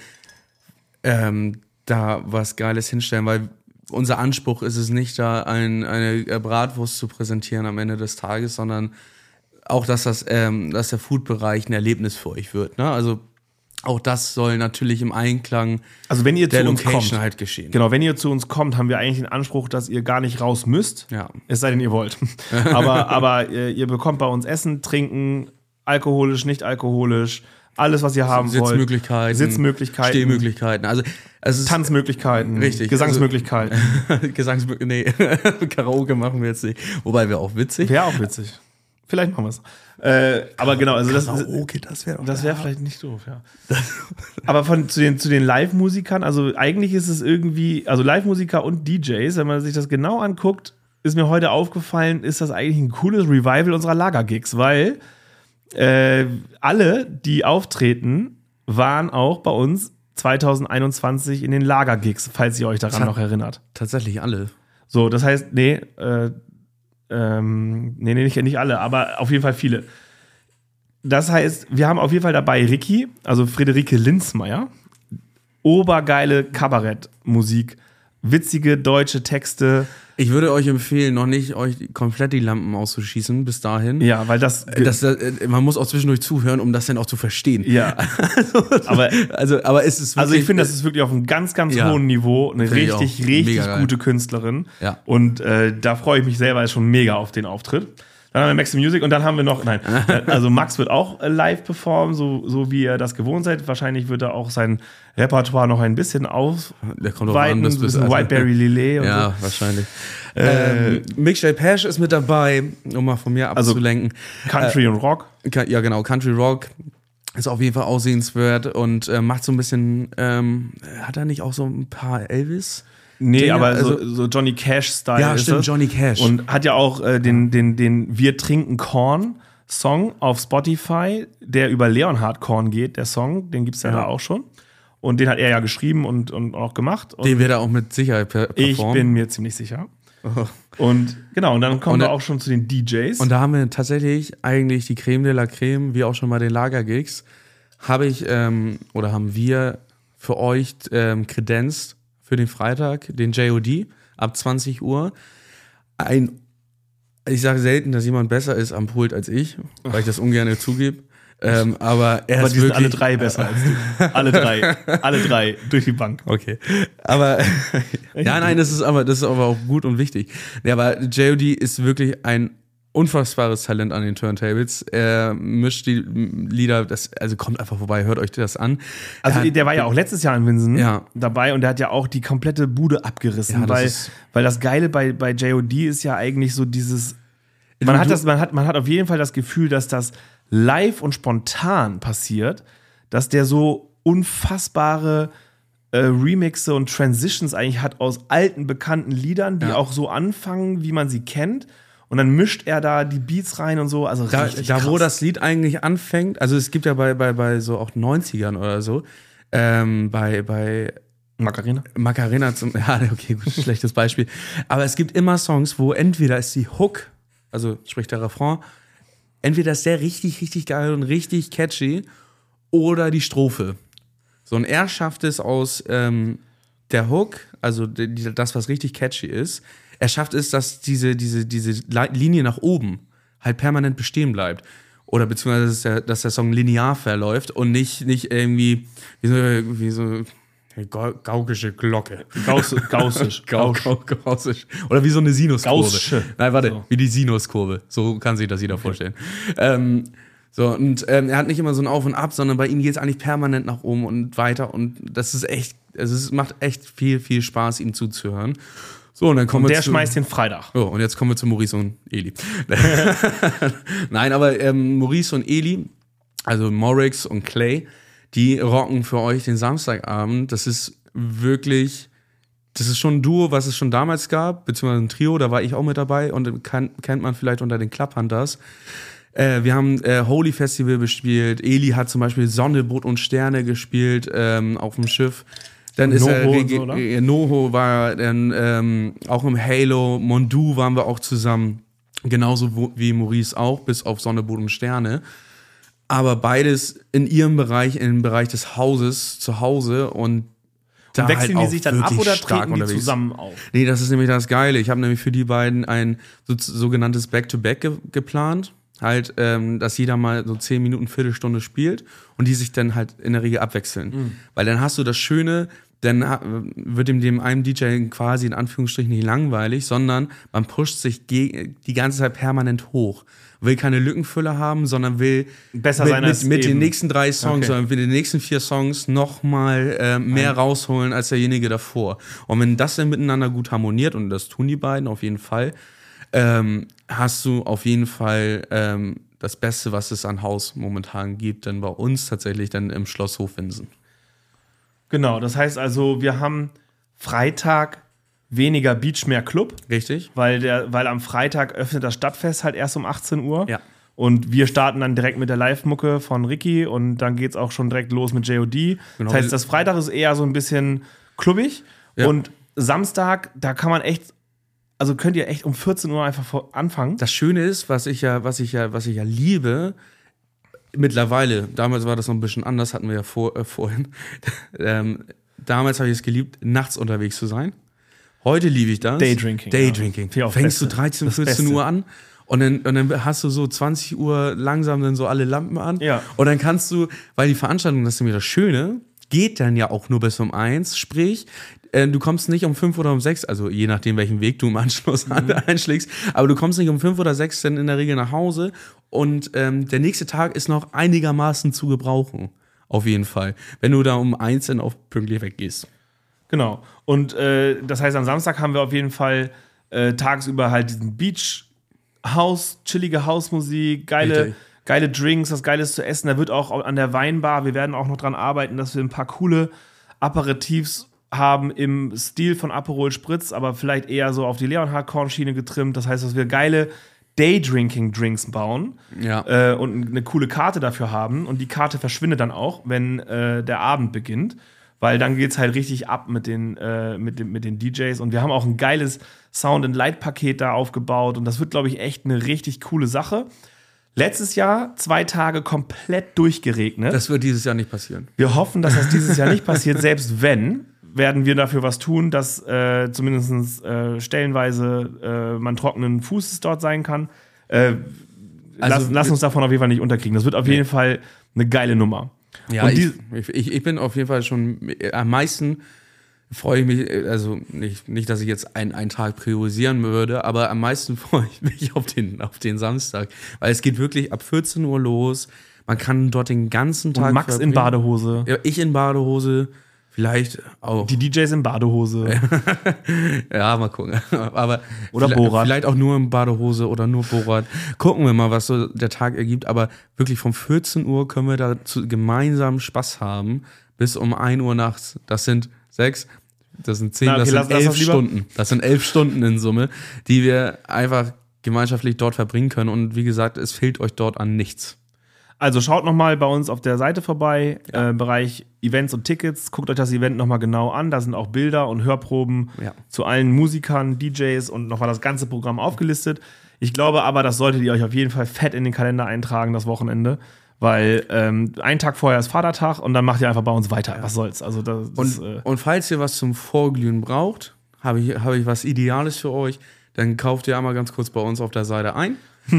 Speaker 2: ähm, da was Geiles hinstellen, weil unser Anspruch ist es nicht, da ein, eine Bratwurst zu präsentieren am Ende des Tages, sondern auch, dass, das, ähm, dass der Food-Bereich ein Erlebnis für euch wird. Ne? Also auch das soll natürlich im Einklang
Speaker 1: Also wenn ihr
Speaker 2: der
Speaker 1: zu uns
Speaker 2: Location
Speaker 1: kommt,
Speaker 2: halt geschehen.
Speaker 1: genau, wenn ihr zu uns kommt, haben wir eigentlich den Anspruch, dass ihr gar nicht raus müsst.
Speaker 2: Ja.
Speaker 1: Es sei denn, ihr wollt. aber aber äh, ihr bekommt bei uns Essen, Trinken, alkoholisch, nicht alkoholisch, alles, was ihr haben wollt.
Speaker 2: Sitzmöglichkeiten,
Speaker 1: Sitzmöglichkeiten,
Speaker 2: Stehmöglichkeiten, also es ist
Speaker 1: Tanzmöglichkeiten,
Speaker 2: Richtig,
Speaker 1: Gesangsmöglichkeiten.
Speaker 2: Gesangsmöglichkeiten, nee, Karaoke machen wir jetzt nicht. Wobei wäre auch witzig.
Speaker 1: Wäre auch witzig. Vielleicht machen wir es. Äh, aber genau, also das,
Speaker 2: Karaoke, das wäre
Speaker 1: das wäre vielleicht nicht doof, ja. Aber von zu den, zu den Live-Musikern, also eigentlich ist es irgendwie, also Live-Musiker und D Js, wenn man sich das genau anguckt, ist mir heute aufgefallen, ist das eigentlich ein cooles Revival unserer Lagergigs, weil äh, alle, die auftreten, waren auch bei uns zwanzig einundzwanzig in den Lagergigs, falls ihr euch daran
Speaker 2: hat-
Speaker 1: noch erinnert.
Speaker 2: Tatsächlich alle.
Speaker 1: So, das heißt, nee, äh, ähm, nee, nee, nicht, nicht alle, aber auf jeden Fall viele. Das heißt, wir haben auf jeden Fall dabei Ricky, also Friederike Linzmeier, obergeile Kabarettmusik, witzige deutsche Texte.
Speaker 2: Ich würde euch empfehlen, noch nicht euch komplett die Lampen auszuschießen bis dahin.
Speaker 1: Ja, weil das,
Speaker 2: Das, äh, man muss auch zwischendurch zuhören, um das dann auch zu verstehen.
Speaker 1: ja,
Speaker 2: Also,
Speaker 1: aber
Speaker 2: also, aber es ist wirklich,
Speaker 1: also ich finde, das ist wirklich auf einem ganz, ganz
Speaker 2: Ja.
Speaker 1: hohen Niveau eine
Speaker 2: Finde ich auch.
Speaker 1: richtig, richtig
Speaker 2: Mega geil.
Speaker 1: gute Künstlerin.
Speaker 2: Ja.
Speaker 1: Und äh, da freue ich mich selber schon mega auf den Auftritt. Dann haben wir Max Music und dann haben wir noch, nein, also Max wird auch äh, live performen, so, so wie ihr das gewohnt seid. Wahrscheinlich wird er auch sein Repertoire noch ein bisschen
Speaker 2: Der kommt auch
Speaker 1: ausweiten,
Speaker 2: an, das
Speaker 1: so ein bisschen Whiteberry Lillet und
Speaker 2: Ja, wahrscheinlich. Äh, ähm, Mix J. Pash ist mit dabei, um mal von mir
Speaker 1: Also,
Speaker 2: abzulenken.
Speaker 1: so. Country und Rock.
Speaker 2: Ka- Ja, genau, Country Rock ist auf jeden Fall aussehenswert und äh, macht so ein bisschen, ähm, hat er nicht auch so ein paar Elvis?
Speaker 1: Nee,
Speaker 2: Dinger,
Speaker 1: aber
Speaker 2: also-
Speaker 1: so, so Johnny Cash-Style
Speaker 2: Ja,
Speaker 1: ist
Speaker 2: stimmt,
Speaker 1: das.
Speaker 2: Johnny Cash.
Speaker 1: Und hat ja auch äh, den, den, den Wir trinken Korn Song auf Spotify, der über Leonhard Korn geht, der Song, den gibt's ja,
Speaker 2: Ja.
Speaker 1: da auch schon. Und den hat er ja geschrieben und, und auch gemacht. Und
Speaker 2: Den wird er auch mit Sicherheit per
Speaker 1: ich
Speaker 2: performen.
Speaker 1: bin mir ziemlich sicher. Und genau, und dann kommen
Speaker 2: Und
Speaker 1: wir
Speaker 2: da-
Speaker 1: auch schon zu den D Js.
Speaker 2: Und da haben wir tatsächlich eigentlich die Creme de la Creme, wie auch schon bei den Lagergigs, habe ich ähm, oder haben wir für euch ähm, kredenzt für den Freitag, den J O D ab zwanzig Uhr. Ein, ich sage selten, dass jemand besser ist am Pult als ich, weil ich das ungern zugebe. Ähm, aber er
Speaker 1: aber
Speaker 2: ist
Speaker 1: die sind
Speaker 2: wirklich,
Speaker 1: alle drei besser als du. Alle drei. Alle drei. Durch die Bank.
Speaker 2: Okay. Aber ja, nein, das ist aber das ist aber auch gut und wichtig. Ja, aber J O D ist wirklich ein unfassbares Talent an den Turntables. Er mischt die Lieder, das also kommt einfach vorbei, hört euch das an.
Speaker 1: Also
Speaker 2: Er hat-
Speaker 1: der war ja auch letztes Jahr in Winsen
Speaker 2: Ja.
Speaker 1: dabei und der hat ja auch die komplette Bude abgerissen,
Speaker 2: Ja, das
Speaker 1: weil,
Speaker 2: ist-
Speaker 1: weil das Geile bei, bei J O D ist ja eigentlich so dieses, man
Speaker 2: Du-
Speaker 1: hat das, man hat, man hat auf jeden Fall das Gefühl, dass das live und spontan passiert, dass der so unfassbare äh, Remixe und Transitions eigentlich hat aus alten, bekannten Liedern, die
Speaker 2: Ja.
Speaker 1: auch so anfangen, wie man sie kennt. Und dann mischt er da die Beats rein und so. Also
Speaker 2: Da,
Speaker 1: richtig
Speaker 2: da
Speaker 1: krass.
Speaker 2: wo das Lied eigentlich anfängt, also es gibt ja bei, bei, bei so auch neunzigern oder so, ähm, bei, bei
Speaker 1: Macarena?
Speaker 2: Macarena zum, ja, okay, gut, schlechtes Beispiel. Aber es gibt immer Songs, wo entweder ist die Hook, also sprich der Refrain, entweder ist der richtig, richtig geil und richtig catchy oder die Strophe. So, und er schafft es aus ähm, der Hook, also die, die, das, was richtig catchy ist, er schafft es, dass diese, diese, diese Linie nach oben halt permanent bestehen bleibt. Oder beziehungsweise, dass der, dass der Song linear verläuft und nicht, nicht irgendwie wie so, wie so eine gaukische Glocke.
Speaker 1: Gauss, gaussisch.
Speaker 2: Gau, gau, gaussisch. Oder wie so eine Sinuskurve.
Speaker 1: Gaussche.
Speaker 2: Nein, warte,
Speaker 1: So.
Speaker 2: wie die Sinuskurve. So kann sich das jeder vorstellen. Ähm, so, und ähm, er hat nicht immer so ein Auf und Ab, sondern bei ihm geht es eigentlich permanent nach oben und weiter. Und das ist echt, also es macht echt viel, viel Spaß, ihm zuzuhören. So, und dann kommen
Speaker 1: Und
Speaker 2: wir
Speaker 1: der
Speaker 2: zu,
Speaker 1: schmeißt den Freitag.
Speaker 2: Oh, und jetzt kommen wir zu Maurice und Eli. Nein, aber ähm, Maurice und Eli, also Morix und Clay, die rocken für euch den Samstagabend. Das ist wirklich, das ist schon ein Duo, was es schon damals gab, beziehungsweise ein Trio, da war ich auch mit dabei und kann, kennt man vielleicht unter den Club Hunters. Äh, wir haben äh, Holy Festival gespielt. Eli hat zum Beispiel Sonne, Boot und Sterne gespielt ähm, auf dem Schiff. Dann ist er
Speaker 1: Noho und
Speaker 2: Regi-
Speaker 1: so, oder?
Speaker 2: äh, Noho war dann ähm, auch im Halo, Mondu waren wir auch zusammen, genauso wo, wie Maurice auch, bis auf Sonne, Boot und Sterne. Aber beides in ihrem Bereich, im Bereich des Hauses, zu Hause und da
Speaker 1: Und wechseln
Speaker 2: halt
Speaker 1: die
Speaker 2: auch
Speaker 1: sich dann ab
Speaker 2: wirklich
Speaker 1: oder
Speaker 2: stark
Speaker 1: treten die
Speaker 2: unterwegs.
Speaker 1: zusammen auf?
Speaker 2: Nee, das ist nämlich das Geile. Ich habe nämlich für die beiden ein so, sogenanntes Back-to-Back ge geplant. Halt, ähm, dass jeder mal so zehn Minuten, Viertelstunde spielt und die sich dann halt in der Regel abwechseln. Mhm. Weil dann hast du das Schöne, dann ha- wird dem, dem einem D J quasi in Anführungsstrichen nicht langweilig, sondern man pusht sich ge- die ganze Zeit permanent hoch. Will keine Lückenfüller haben, sondern will
Speaker 1: Besser
Speaker 2: mit,
Speaker 1: sein als
Speaker 2: mit, mit den
Speaker 1: eben.
Speaker 2: nächsten drei Songs,
Speaker 1: Okay.
Speaker 2: sondern mit den nächsten vier Songs noch mal äh, mehr rausholen als derjenige davor. Und wenn das dann miteinander gut harmoniert, und das tun die beiden auf jeden Fall, ähm, hast du auf jeden Fall ähm, das Beste, was es an Haus momentan gibt, denn bei uns tatsächlich dann im Schloss Hofwinsen.
Speaker 1: Genau, das heißt also, wir haben Freitag weniger Beach, mehr Club,
Speaker 2: Richtig?
Speaker 1: weil, der, weil am Freitag öffnet das Stadtfest halt erst um achtzehn Uhr.
Speaker 2: Ja.
Speaker 1: Und wir starten dann direkt mit der Live-Mucke von Ricky und dann geht's auch schon direkt los mit J O D.
Speaker 2: Genau.
Speaker 1: Das heißt, das Freitag ist eher so ein bisschen klubbig.
Speaker 2: Ja.
Speaker 1: Und Samstag, da kann man echt, also könnt ihr echt um vierzehn Uhr einfach vor- anfangen.
Speaker 2: Das Schöne ist, was ich ja, was ich ja, was ich ja liebe, mittlerweile, damals war das noch ein bisschen anders, hatten wir ja vor, äh, vorhin. ähm, damals habe ich es geliebt, nachts unterwegs zu sein. Heute liebe ich das.
Speaker 1: Daydrinking,
Speaker 2: Daydrinking.
Speaker 1: ja. Auch
Speaker 2: Fängst
Speaker 1: Beste.
Speaker 2: du dreizehn,
Speaker 1: Das
Speaker 2: vierzehn
Speaker 1: Beste.
Speaker 2: Uhr an und dann, und dann hast du so zwanzig Uhr langsam dann so alle Lampen an.
Speaker 1: Ja.
Speaker 2: Und dann kannst du, weil die Veranstaltung, das ist nämlich das Schöne, geht dann ja auch nur bis um eins. Sprich, äh, du kommst nicht um fünf oder um sechs, also je nachdem, welchen Weg du im Anschluss
Speaker 1: Mhm.
Speaker 2: einschlägst, aber du kommst nicht um fünf oder sechs dann in der Regel nach Hause und ähm, der nächste Tag ist noch einigermaßen zu gebrauchen. Auf jeden Fall. Wenn du da um eins dann auch pünktlich weggehst.
Speaker 1: Genau. Und äh, das heißt, am Samstag haben wir auf jeden Fall äh, tagsüber halt diesen Beach House, chillige Hausmusik, geile,
Speaker 2: Richtig.
Speaker 1: geile Drinks, was Geiles zu essen. Da wird auch an der Weinbar, wir werden auch noch dran arbeiten, dass wir ein paar coole Aperitifs haben im Stil von Aperol Spritz, aber vielleicht eher so auf die Leonhard Korn-Schiene getrimmt. Das heißt, dass wir geile Daydrinking-Drinks bauen
Speaker 2: Ja.
Speaker 1: äh, und eine coole Karte dafür haben. Und die Karte verschwindet dann auch, wenn äh, der Abend beginnt. Weil dann geht's halt richtig ab mit den, äh, mit, den, mit den D Js. Und wir haben auch ein geiles Sound- and Light-Paket da aufgebaut. Und das wird, glaube ich, echt eine richtig coole Sache. Letztes Jahr zwei Tage komplett durchgeregnet.
Speaker 2: Das wird dieses Jahr nicht passieren.
Speaker 1: Wir hoffen, dass das dieses Jahr nicht passiert. Selbst wenn, werden wir dafür was tun, dass äh, zumindest äh, stellenweise äh, man trockenen Fußes dort sein kann. Äh,
Speaker 2: Also,
Speaker 1: lass, lass uns davon auf jeden Fall nicht unterkriegen. Das wird auf jeden Fall eine geile Nummer.
Speaker 2: Ja,
Speaker 1: Und
Speaker 2: ich,
Speaker 1: die-
Speaker 2: ich, ich, ich bin auf jeden Fall schon äh, am meisten freue ich mich, also nicht, nicht, dass ich jetzt einen, einen Tag priorisieren würde, aber am meisten freue ich mich auf den, auf den Samstag. Weil es geht wirklich ab vierzehn Uhr los. Man kann dort den ganzen Tag
Speaker 1: Und Max in
Speaker 2: verbringen.
Speaker 1: Badehose.
Speaker 2: Ja, ich in Badehose. Vielleicht auch.
Speaker 1: Die D Js in Badehose.
Speaker 2: Ja, mal gucken. Aber
Speaker 1: oder
Speaker 2: vielleicht,
Speaker 1: Borat.
Speaker 2: Vielleicht auch nur in Badehose oder nur Borat. Gucken wir mal, was so der Tag ergibt. Aber wirklich von vierzehn Uhr können wir da zu, gemeinsam Spaß haben bis um ein Uhr nachts. Das sind sechs, das sind zehn, Na, okay, das sind elf Stunden. Das sind elf Stunden in Summe, die wir einfach gemeinschaftlich dort verbringen können. Und wie gesagt, es fehlt euch dort an nichts.
Speaker 1: Also schaut nochmal bei uns auf der Seite vorbei, ja. äh, Bereich Events und Tickets. Guckt euch das Event nochmal genau an. Da sind auch Bilder und Hörproben ja. zu allen Musikern, D Js und nochmal das ganze Programm aufgelistet. Ich glaube aber, das solltet ihr euch auf jeden Fall fett in den Kalender eintragen, das Wochenende. Weil ähm, ein Tag vorher ist Vatertag und dann macht ihr einfach bei uns weiter. Ja. Was soll's? Also das, das,
Speaker 2: und,
Speaker 1: äh
Speaker 2: und falls ihr was zum Vorglühen braucht, habe ich, hab ich was Ideales für euch. Dann kauft ihr einmal ganz kurz bei uns auf der Seite ein.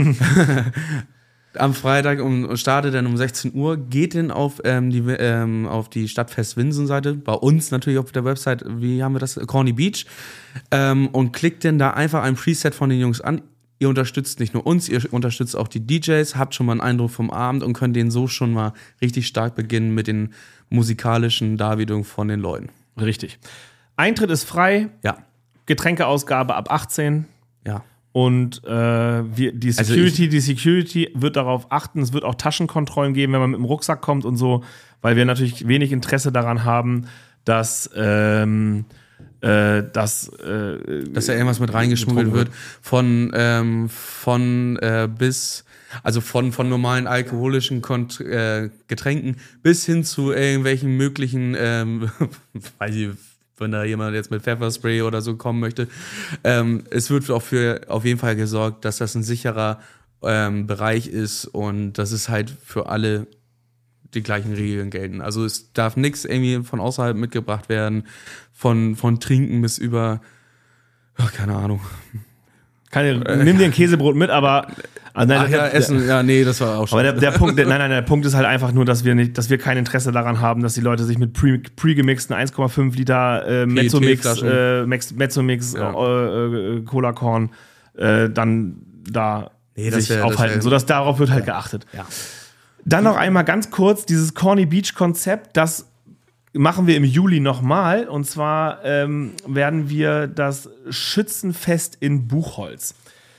Speaker 2: Am Freitag um, startet dann um sechzehn Uhr, geht dann auf, ähm, die, ähm, auf die Stadtfest Winsen-Seite, bei uns natürlich auf der Website, wie haben wir das, Corny Beach, ähm, und klickt dann da einfach ein Preset von den Jungs an. Ihr unterstützt nicht nur uns, ihr unterstützt auch die D Js, habt schon mal einen Eindruck vom Abend und könnt den so schon mal richtig stark beginnen mit den musikalischen Darbietungen von den Leuten.
Speaker 1: Richtig. Eintritt ist frei.
Speaker 2: Ja.
Speaker 1: Getränkeausgabe ab achtzehn.
Speaker 2: Ja.
Speaker 1: Und äh, wir, die Security, also ich, die Security wird darauf achten, es wird auch Taschenkontrollen geben, wenn man mit dem Rucksack kommt und so, weil wir natürlich wenig Interesse daran haben, dass ähm, äh, dass, äh,
Speaker 2: dass da irgendwas mit reingeschmuggelt wird. Von, ähm, von äh, bis, also von, von normalen alkoholischen Kont- äh, Getränken bis hin zu irgendwelchen möglichen, ähm, weiß ich, wenn da jemand jetzt mit Pfefferspray oder so kommen möchte. Ähm, es wird auch für auf jeden Fall gesorgt, dass das ein sicherer ähm, Bereich ist und dass es halt für alle die gleichen Regeln gelten. Also es darf nichts irgendwie von außerhalb mitgebracht werden, von, von Trinken bis über, ach, keine Ahnung.
Speaker 1: Keine, äh, nimm dir ein Käsebrot mit, aber
Speaker 2: also nein, ach ja, der, Essen, ja, nee, das war auch schon.
Speaker 1: Aber der, der Punkt, der, nein, nein, der Punkt ist halt einfach nur, dass wir nicht, dass wir kein Interesse daran haben, dass die Leute sich mit pre, pre-gemixten eins Komma fünf Liter äh, Mezzomix, äh, Mezzomix, ja. äh, äh, Cola-Korn äh, dann da nee, sich wär, aufhalten. So dass darauf wird halt ja. geachtet.
Speaker 2: Ja.
Speaker 1: Dann noch einmal ganz kurz dieses Corny Beach Konzept, das machen wir im Juli nochmal. Und zwar ähm, werden wir das Schützenfest in Buchholz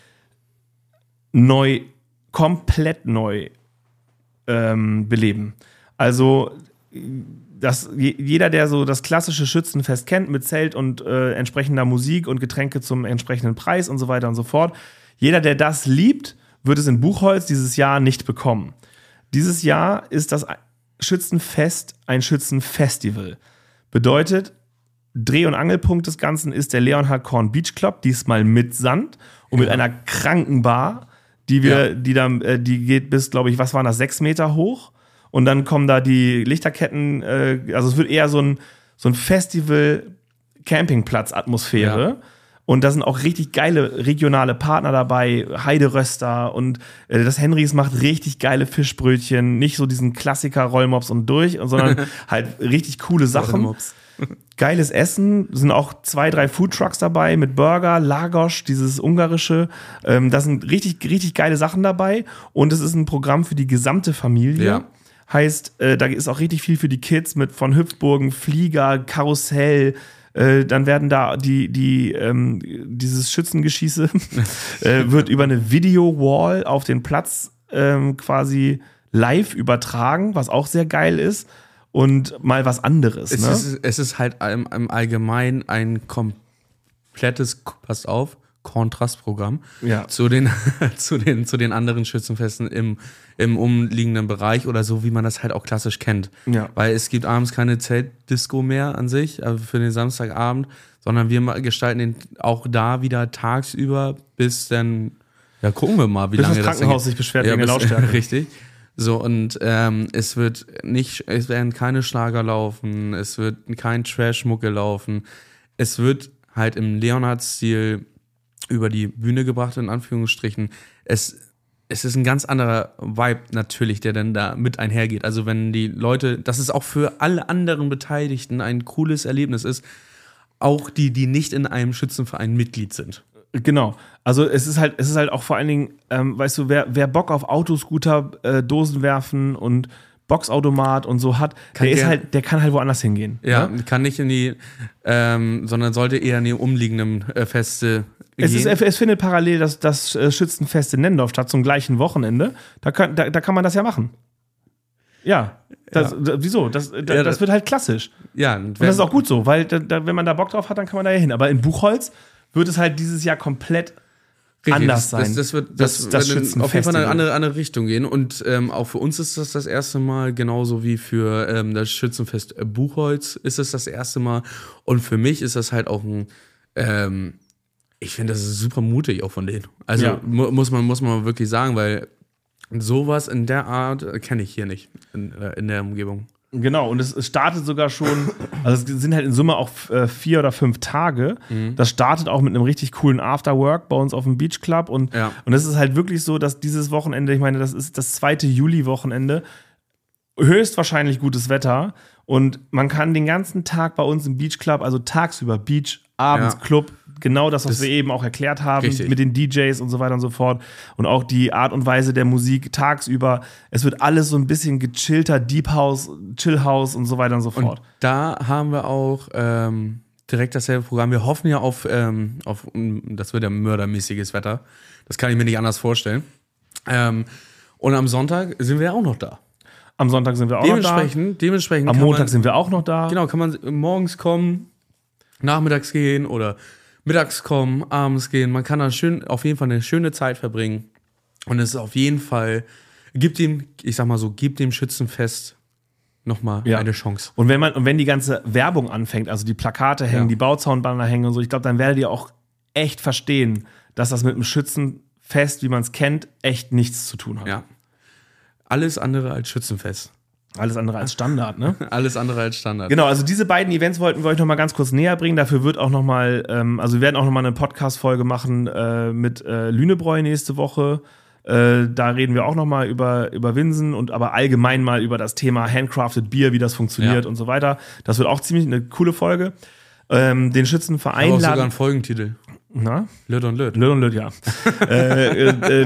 Speaker 1: neu, komplett neu ähm, beleben. Also das, jeder, der so das klassische Schützenfest kennt, mit Zelt und äh, entsprechender Musik und Getränke zum entsprechenden Preis und so weiter und so fort, jeder, der das liebt, wird es in Buchholz dieses Jahr nicht bekommen. Dieses Jahr ist das Schützenfest ein Schützenfestival. Bedeutet, Dreh- und Angelpunkt des Ganzen ist der Leonhard Korn Beach Club, diesmal mit Sand und ja. mit einer kranken Bar, die wir, ja. die dann, äh, die geht bis, glaube ich, was waren das, sechs Meter hoch. Und dann kommen da die Lichterketten, äh, also es wird eher so ein, so ein Festival-Campingplatz-Atmosphäre. Ja. Und da sind auch richtig geile regionale Partner dabei, Heideröster und äh, das Henrys macht richtig geile Fischbrötchen, nicht so diesen Klassiker Rollmops und durch, sondern halt richtig coole Sachen. Geiles Essen, sind auch zwei, drei Foodtrucks dabei mit Burger, Lagos, dieses ungarische. Ähm, da sind richtig, richtig geile Sachen dabei und es ist ein Programm für die gesamte Familie.
Speaker 2: Ja.
Speaker 1: Heißt, äh, da ist auch richtig viel für die Kids mit von Hüpfburgen, Flieger, Karussell. Äh, dann werden da die, die, ähm, dieses Schützengeschieße äh, wird über eine Video-Wall auf den Platz ähm, quasi live übertragen, was auch sehr geil ist. Und mal was anderes.
Speaker 2: Es,
Speaker 1: ne?
Speaker 2: ist, es ist halt im, im Allgemeinen ein komplettes, passt auf, Kontrastprogramm
Speaker 1: ja.
Speaker 2: zu, den, zu, den, zu den anderen Schützenfesten im, im umliegenden Bereich oder so, wie man das halt auch klassisch kennt.
Speaker 1: Ja.
Speaker 2: Weil es gibt abends keine Zeltdisco mehr an sich, also für den Samstagabend, sondern wir gestalten den auch da wieder tagsüber, bis dann, ja, gucken wir mal, wie
Speaker 1: bis
Speaker 2: lange
Speaker 1: das Krankenhaus
Speaker 2: das
Speaker 1: sich beschwert
Speaker 2: ja,
Speaker 1: wegen der Lautstärke.
Speaker 2: Richtig. So, und ähm, es wird nicht, es werden keine Schlager laufen, es wird kein Trash-Mucke laufen. Es wird halt im Leonhard-Stil über die Bühne gebracht, in Anführungsstrichen. Es, es ist ein ganz anderer Vibe natürlich, der dann da mit einhergeht. Also wenn die Leute, dass es auch für alle anderen Beteiligten ein cooles Erlebnis ist, auch die, die nicht in einem Schützenverein Mitglied sind.
Speaker 1: Genau. Also es ist halt, es ist halt auch vor allen Dingen, ähm, weißt du, wer, wer Bock auf Autoscooter, äh, Dosen werfen und Boxautomat und so hat,
Speaker 2: Kann
Speaker 1: der ist
Speaker 2: der-
Speaker 1: halt, der kann halt woanders hingehen.
Speaker 2: Ja,
Speaker 1: Ne?
Speaker 2: kann nicht in die, ähm, sondern sollte eher in die umliegenden äh, Feste
Speaker 1: Es, ist,
Speaker 2: gehen.
Speaker 1: es findet parallel das, das äh, Schützenfest in Nendorf statt, zum gleichen Wochenende. Da kann, da, da kann man das ja machen. Ja. Das,
Speaker 2: Ja.
Speaker 1: Da, wieso? Das, da,
Speaker 2: Ja,
Speaker 1: das
Speaker 2: das-
Speaker 1: wird halt klassisch.
Speaker 2: Ja,
Speaker 1: Und das ist auch gut so, weil da, da, wenn man da Bock drauf hat, dann kann man da ja hin. Aber in Buchholz wird es halt dieses Jahr komplett anders
Speaker 2: das,
Speaker 1: sein.
Speaker 2: Das, das wird,
Speaker 1: Das-
Speaker 2: das,
Speaker 1: das
Speaker 2: wird in- auf jeden Fall
Speaker 1: Schützenfestival.
Speaker 2: eine andere, andere Richtung gehen. Und ähm, auch für uns ist das das erste Mal, genauso wie für ähm, das Schützenfest Buchholz ist es das erste Mal. Und für mich ist das halt auch ein, ähm, ich finde, das ist super mutig auch von denen. Also
Speaker 1: Ja.
Speaker 2: mu muss man muss man wirklich sagen, weil sowas in der Art äh, kenne ich hier nicht in, äh, in der Umgebung.
Speaker 1: Genau, und es, es startet sogar schon, also es sind halt in Summe auch äh, vier oder fünf Tage.
Speaker 2: Mhm.
Speaker 1: Das startet auch mit einem richtig coolen Afterwork bei uns auf dem Beach Club. Und,
Speaker 2: Ja.
Speaker 1: und es ist halt wirklich so, dass dieses Wochenende, ich meine, das ist das zweite Juli-Wochenende, höchstwahrscheinlich gutes Wetter. Und man kann den ganzen Tag bei uns im Beach Club, also tagsüber Beach, abends
Speaker 2: Ja.
Speaker 1: Club, genau das, was
Speaker 2: Das-
Speaker 1: wir eben auch erklärt haben,
Speaker 2: Richtig.
Speaker 1: mit den D Js und so weiter und so fort. Und auch die Art und Weise der Musik tagsüber. Es wird alles so ein bisschen gechillter, Deep House, Chill House und so weiter und so fort.
Speaker 2: Und da haben wir auch ähm, direkt dasselbe Programm. Wir hoffen ja auf, ähm, auf mm, das wird ja mördermäßiges Wetter. Das kann ich mir nicht anders vorstellen. Ähm, und am Sonntag sind wir ja auch noch da.
Speaker 1: Am Sonntag sind wir auch
Speaker 2: Dementsprechend,
Speaker 1: noch
Speaker 2: dementsprechend
Speaker 1: da. Am
Speaker 2: kann
Speaker 1: Montag
Speaker 2: man,
Speaker 1: sind wir auch noch da.
Speaker 2: genau, kann man morgens kommen, nachmittags gehen oder mittags kommen, abends gehen. Man kann da schön, auf jeden Fall eine schöne Zeit verbringen. Und es ist auf jeden Fall, gibt dem, ich sag mal so, gibt dem Schützenfest nochmal
Speaker 1: Ja.
Speaker 2: eine Chance.
Speaker 1: Und wenn man und wenn die ganze Werbung anfängt, also die Plakate hängen,
Speaker 2: Ja.
Speaker 1: die Bauzaunbanner hängen und so, ich glaube, dann werdet ihr auch echt verstehen, dass das mit dem Schützenfest, wie man es kennt, echt nichts zu tun hat.
Speaker 2: Ja. Alles andere als Schützenfest.
Speaker 1: Alles andere als Standard, ne?
Speaker 2: Alles andere als Standard.
Speaker 1: Genau, also diese beiden Events wollten wir euch noch mal ganz kurz näher bringen. Dafür wird auch noch mal, ähm, also wir werden auch noch mal eine Podcast-Folge machen äh, mit äh, Lünebräu nächste Woche. Äh, da reden wir auch noch mal über, über Winsen und aber allgemein mal über das Thema Handcrafted Bier, wie das funktioniert
Speaker 2: Ja.
Speaker 1: und so weiter. Das wird auch ziemlich eine coole Folge. Ähm, den Schützenverein
Speaker 2: Aber auch sogar
Speaker 1: laden.
Speaker 2: einen Folgentitel.
Speaker 1: Na?
Speaker 2: Löt und Löt.
Speaker 1: Löt und Löt, ja. äh, äh,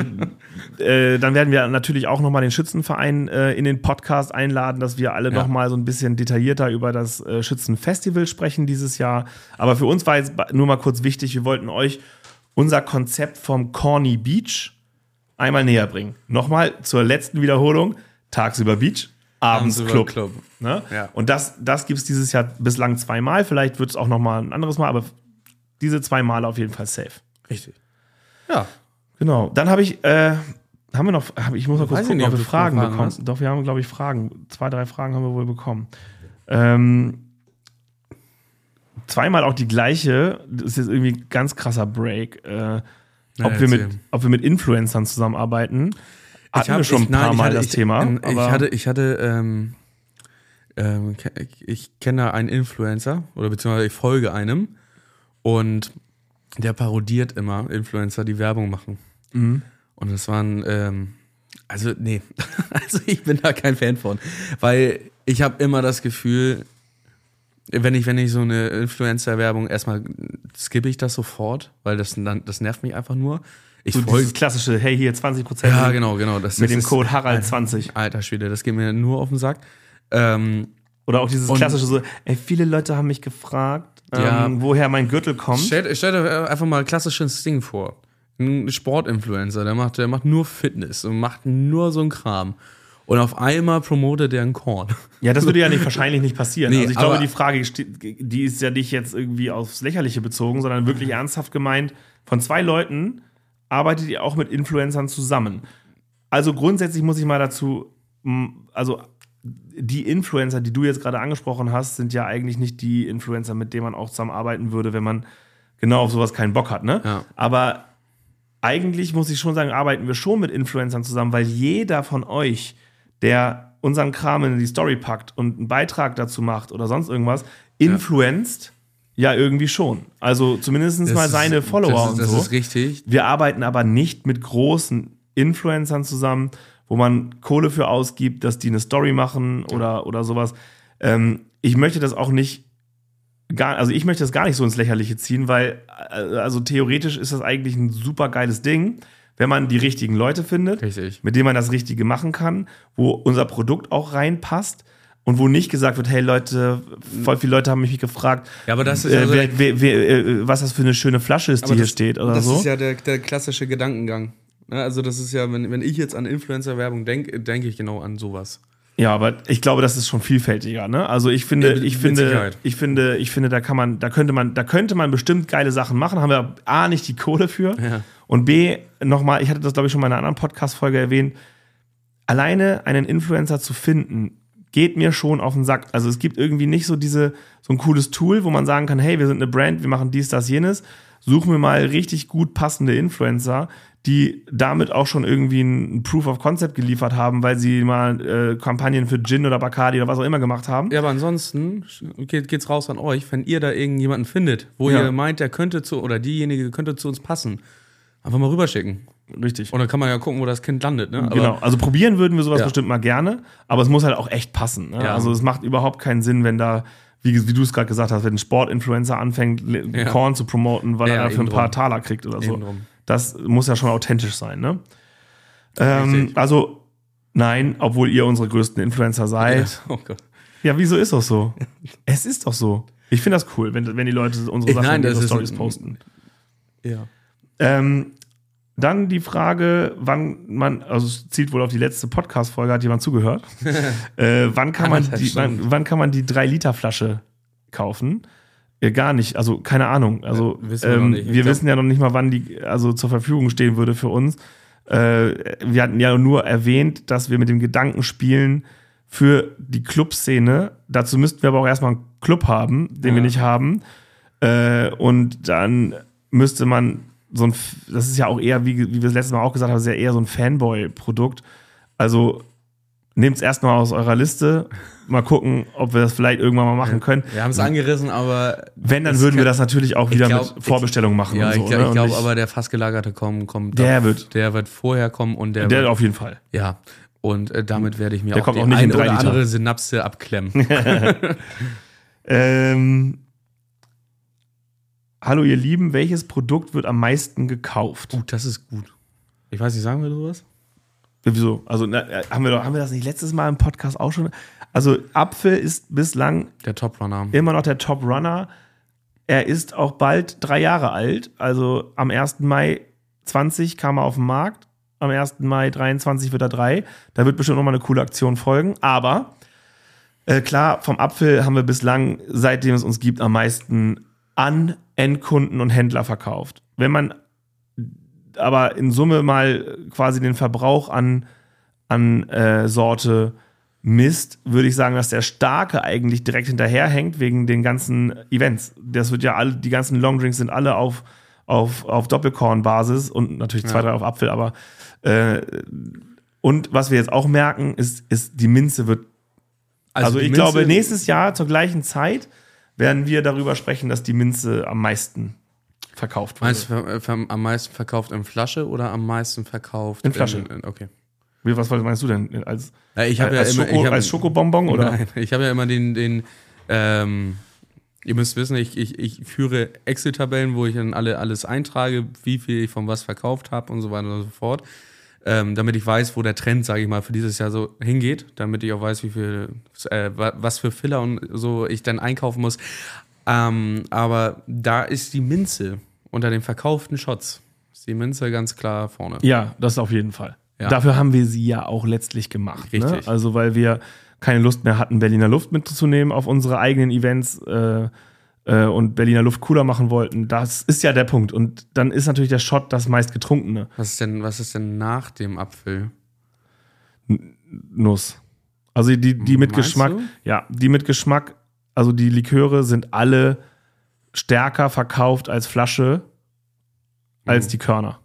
Speaker 1: äh, äh, dann werden wir natürlich auch nochmal den Schützenverein äh, in den Podcast einladen, dass wir alle
Speaker 2: Ja.
Speaker 1: nochmal so ein bisschen detaillierter über das äh, Schützenfestival sprechen dieses Jahr. Aber für uns war jetzt ba- nur mal kurz wichtig, wir wollten euch unser Konzept vom Corny Beach einmal näher bringen. Nochmal zur letzten Wiederholung. Tagsüber Beach, abends
Speaker 2: Abends
Speaker 1: Club.
Speaker 2: Club.
Speaker 1: Ne?
Speaker 2: Ja.
Speaker 1: Und das, das gibt es dieses Jahr bislang zweimal. Vielleicht wird es auch nochmal ein anderes Mal, aber diese zwei Male auf jeden Fall safe.
Speaker 2: Richtig. Ja.
Speaker 1: Genau. Dann habe ich, äh, haben wir noch, hab, ich muss mal kurz
Speaker 2: Weiß ich
Speaker 1: gucken,
Speaker 2: nicht,
Speaker 1: ob
Speaker 2: ob
Speaker 1: wir
Speaker 2: du
Speaker 1: Fragen
Speaker 2: Fragen
Speaker 1: bekommen.
Speaker 2: hast.
Speaker 1: Doch, wir haben, glaube ich, Fragen. Zwei, drei Fragen haben wir wohl bekommen. Ähm, zweimal auch die gleiche. Das ist jetzt irgendwie ein ganz krasser Break. Äh, ob,
Speaker 2: Na,
Speaker 1: wir mit,
Speaker 2: erzähl.
Speaker 1: ob wir mit Influencern zusammenarbeiten. Hatten wir schon ein paar
Speaker 2: nein, ich
Speaker 1: Mal
Speaker 2: hatte,
Speaker 1: das
Speaker 2: ich,
Speaker 1: Thema.
Speaker 2: ähm, Ich
Speaker 1: aber-
Speaker 2: hatte, ich hatte, ähm, ähm, ke- ich kenne einen Influencer oder beziehungsweise ich folge einem und der parodiert immer Influencer, die Werbung machen.
Speaker 1: Mhm.
Speaker 2: Und das waren, ähm, also nee, also ich bin da kein Fan von, weil ich habe immer das Gefühl, wenn ich, wenn ich so eine Influencer-Werbung, erstmal skippe ich das sofort, weil das, das nervt mich einfach nur. Ich
Speaker 1: so
Speaker 2: folge
Speaker 1: dieses klassische, hey, hier zwanzig Prozent
Speaker 2: ja, genau, genau. Das,
Speaker 1: mit
Speaker 2: das
Speaker 1: dem
Speaker 2: ist-
Speaker 1: Code Harald zwanzig.
Speaker 2: Alter Schwede, das geht mir nur auf den Sack. Ähm,
Speaker 1: Oder auch dieses
Speaker 2: Und-
Speaker 1: klassische so, ey, viele Leute haben mich gefragt,
Speaker 2: Ja.
Speaker 1: ähm, woher mein Gürtel kommt.
Speaker 2: stell, stell dir einfach mal ein klassisches Ding vor. Ein Sportinfluencer, der macht, der macht nur Fitness und macht nur so einen Kram. Und auf einmal promotet der ein Korn.
Speaker 1: Ja, das würde ja nicht, wahrscheinlich nicht passieren.
Speaker 2: Nee,
Speaker 1: also ich glaube,
Speaker 2: aber-
Speaker 1: die Frage, steht- die ist ja nicht jetzt irgendwie aufs Lächerliche bezogen, sondern wirklich ernsthaft gemeint, von zwei Leuten arbeitet ihr auch mit Influencern zusammen. Also grundsätzlich muss ich mal dazu, mh, also die Influencer, die du jetzt gerade angesprochen hast, sind ja eigentlich nicht die Influencer, mit denen man auch zusammenarbeiten würde, wenn man genau auf sowas keinen Bock hat, ne?
Speaker 2: Ja.
Speaker 1: Aber eigentlich muss ich schon sagen, arbeiten wir schon mit Influencern zusammen, weil jeder von euch, der unseren Kram in die Story packt und einen Beitrag dazu macht oder sonst irgendwas, influenzt ja, irgendwie schon. Also zumindest
Speaker 2: Das
Speaker 1: mal
Speaker 2: ist-
Speaker 1: seine Follower
Speaker 2: das ist,
Speaker 1: und
Speaker 2: das
Speaker 1: so.
Speaker 2: ist richtig.
Speaker 1: Wir arbeiten aber nicht mit großen Influencern zusammen, wo man Kohle für ausgibt, dass die eine Story machen oder, oder sowas. Ähm, ich möchte das auch nicht gar, also ich möchte das gar nicht so ins Lächerliche ziehen, weil, äh, also theoretisch ist das eigentlich ein super geiles Ding, wenn man die richtigen Leute findet,
Speaker 2: Richtig.
Speaker 1: mit denen man das Richtige machen kann, wo unser Produkt auch reinpasst und wo nicht gesagt wird, hey Leute, voll viele Leute haben mich gefragt,
Speaker 2: Ja, aber das ist
Speaker 1: äh,
Speaker 2: also
Speaker 1: wer,
Speaker 2: der-
Speaker 1: wer, wer, äh, was das für eine schöne Flasche ist, die
Speaker 2: Aber
Speaker 1: hier
Speaker 2: das,
Speaker 1: steht oder
Speaker 2: das
Speaker 1: so.
Speaker 2: ist ja der, der klassische Gedankengang. Ne? Also das ist ja, wenn, wenn ich jetzt an Influencer-Werbung denke, denke ich genau an sowas.
Speaker 1: Ja, aber ich glaube, das ist schon vielfältiger, ne? Also ich finde,
Speaker 2: Ja, mit-
Speaker 1: ich
Speaker 2: mit
Speaker 1: finde,
Speaker 2: Sicherheit.
Speaker 1: ich finde, ich finde, da kann man, da könnte man, da könnte man bestimmt geile Sachen machen, haben wir A, nicht die Kohle für
Speaker 2: Ja.
Speaker 1: und B, nochmal, ich hatte das glaube ich schon mal in einer anderen Podcast-Folge erwähnt, alleine einen Influencer zu finden, geht mir schon auf den Sack. Also es gibt irgendwie nicht so diese, so ein cooles Tool, wo man sagen kann, hey, wir sind eine Brand, wir machen dies, das, jenes, suchen wir mal richtig gut passende Influencer, die damit auch schon irgendwie ein Proof of Concept geliefert haben, weil sie mal äh, Kampagnen für Gin oder Bacardi oder was auch immer gemacht haben.
Speaker 2: Ja, aber ansonsten geht, geht's raus an euch, wenn ihr da irgendjemanden findet, wo
Speaker 1: Ja.
Speaker 2: ihr meint, der könnte zu, oder diejenige könnte zu uns passen, einfach mal rüberschicken.
Speaker 1: Richtig.
Speaker 2: Und dann kann man ja gucken, wo das Kind landet. Ne? Aber
Speaker 1: Genau, also probieren würden wir sowas
Speaker 2: Ja.
Speaker 1: bestimmt mal gerne, aber es muss halt auch echt passen. Ne?
Speaker 2: Ja.
Speaker 1: Also es macht überhaupt keinen Sinn, wenn da, wie, wie du es gerade gesagt hast, wenn ein Sportinfluencer anfängt, Le-
Speaker 2: Ja.
Speaker 1: Korn zu promoten, weil
Speaker 2: Ja,
Speaker 1: er dafür ein
Speaker 2: eben
Speaker 1: paar
Speaker 2: drum.
Speaker 1: Taler kriegt oder so.
Speaker 2: Eben drum.
Speaker 1: Das muss ja schon authentisch sein, ne? Ähm,
Speaker 2: Richtig.
Speaker 1: also, nein, obwohl ihr unsere größten Influencer seid.
Speaker 2: Oh Gott.
Speaker 1: Ja, wieso ist das so? Es ist doch so. Ich finde das cool, wenn, wenn die Leute unsere
Speaker 2: Ich-
Speaker 1: Sachen
Speaker 2: nein,
Speaker 1: in
Speaker 2: das
Speaker 1: ihre
Speaker 2: ist-
Speaker 1: Stories posten.
Speaker 2: Ja.
Speaker 1: Ähm, dann die Frage, wann man, also es zielt wohl auf die letzte Podcast-Folge, hat jemand zugehört. äh, wann, kann man
Speaker 2: Anderthalb
Speaker 1: die,
Speaker 2: Stunden.
Speaker 1: wann, wann kann man die drei Liter Flasche kaufen? Äh, gar nicht, also keine Ahnung. Also
Speaker 2: Äh, wissen wir
Speaker 1: ähm,
Speaker 2: noch nicht. Ich
Speaker 1: wir
Speaker 2: glaub-
Speaker 1: wissen ja noch nicht mal, wann die also zur Verfügung stehen würde für uns. Äh, wir hatten ja nur erwähnt, dass wir mit dem Gedanken spielen für die Clubszene. Dazu müssten wir aber auch erstmal einen Club haben, den
Speaker 2: Ja.
Speaker 1: wir nicht haben. Äh, und dann müsste man so ein, das ist ja auch eher, wie, wie wir das letzte Mal auch gesagt haben, das ist ja eher so ein Fanboy-Produkt. Also nehmt es erstmal aus eurer Liste, mal gucken, ob wir das vielleicht irgendwann mal machen können.
Speaker 2: Wir haben es angerissen, aber.
Speaker 1: Wenn, dann
Speaker 2: es
Speaker 1: würden wir
Speaker 2: kann-
Speaker 1: das natürlich auch wieder
Speaker 2: glaub,
Speaker 1: mit Vorbestellung machen.
Speaker 2: Ja,
Speaker 1: und so,
Speaker 2: ich, glaub-
Speaker 1: ne?
Speaker 2: ich
Speaker 1: Und
Speaker 2: glaube
Speaker 1: nicht-
Speaker 2: aber, der fast gelagerte kommen, kommt.
Speaker 1: Der
Speaker 2: auf-
Speaker 1: wird-
Speaker 2: Der wird vorher kommen und der,
Speaker 1: Der
Speaker 2: wird.
Speaker 1: auf jeden Fall.
Speaker 2: Ja. Und äh, damit werde ich mir
Speaker 1: Der
Speaker 2: auch
Speaker 1: kommt
Speaker 2: die
Speaker 1: auch nicht in
Speaker 2: eine
Speaker 1: drei
Speaker 2: oder
Speaker 1: Liter.
Speaker 2: andere Synapse abklemmen.
Speaker 1: Ähm, hallo ihr Lieben, welches Produkt wird am meisten gekauft?
Speaker 2: Gut, das ist gut. Ich weiß nicht, sagen wir sowas?
Speaker 1: Wieso? Also na, äh, haben wir doch, haben wir das nicht letztes Mal im Podcast auch schon? Also Apfel ist bislang
Speaker 2: Der Top-Runner.
Speaker 1: immer noch der Top Runner. Er ist auch bald drei Jahre alt. Also am ersten Mai zwanzig kam er auf den Markt. Am ersten Mai dreiundzwanzig wird er drei. Da wird bestimmt noch mal eine coole Aktion folgen. Aber äh, klar, vom Apfel haben wir bislang, seitdem es uns gibt, am meisten an Endkunden und Händler verkauft. Wenn man aber in Summe mal quasi den Verbrauch an, an äh, Sorte misst, würde ich sagen, dass der Starke eigentlich direkt hinterherhängt wegen den ganzen Events. Das wird ja alle, die ganzen Longdrinks sind alle auf, auf, auf Doppelkorn-Basis und natürlich zwei,
Speaker 2: Ja.
Speaker 1: drei auf Apfel, aber äh, und was wir jetzt auch merken, ist, ist die Minze wird, also,
Speaker 2: die
Speaker 1: ich
Speaker 2: Minze-
Speaker 1: glaube, nächstes Jahr zur gleichen Zeit werden wir darüber sprechen, dass die Minze am meisten verkauft wurde.
Speaker 2: Meinst du ver- ver- am meisten verkauft in Flasche oder am meisten verkauft
Speaker 1: In Flasche.
Speaker 2: In, in, okay.
Speaker 1: Wie, was meinst du denn? Als,
Speaker 2: Ja, ich habe ja
Speaker 1: als,
Speaker 2: immer,
Speaker 1: Schoko,
Speaker 2: ich hab,
Speaker 1: als Schokobonbon oder?
Speaker 2: Nein, ich habe ja immer den, den ähm, ihr müsst wissen, ich, ich, ich führe Excel-Tabellen, wo ich dann alle, alles eintrage, wie viel ich von was verkauft habe und so weiter und so fort. Ähm, damit ich weiß, wo der Trend, sage ich mal, für dieses Jahr so hingeht, damit ich auch weiß, wie viel, äh, wa- was für Filler und so ich dann einkaufen muss. Ähm, aber da ist die Minze unter den verkauften Shots, ist die Minze ganz klar vorne.
Speaker 1: Ja, das auf jeden Fall.
Speaker 2: Ja.
Speaker 1: Dafür haben wir sie ja auch letztlich gemacht. Ne?
Speaker 2: Richtig.
Speaker 1: Also, weil wir keine Lust mehr hatten, Berliner Luft mitzunehmen auf unsere eigenen Events äh, äh, und Berliner Luft cooler machen wollten. Das ist ja der Punkt. Und dann ist natürlich der Shot das meistgetrunkene.
Speaker 2: Was ist denn, was ist denn nach dem Apfel?
Speaker 1: Nuss. Also die, die mit
Speaker 2: Meinst
Speaker 1: Geschmack,
Speaker 2: du?
Speaker 1: ja, die mit Geschmack, also die Liköre sind alle stärker verkauft als Flasche, als
Speaker 2: Mhm.
Speaker 1: die Körner.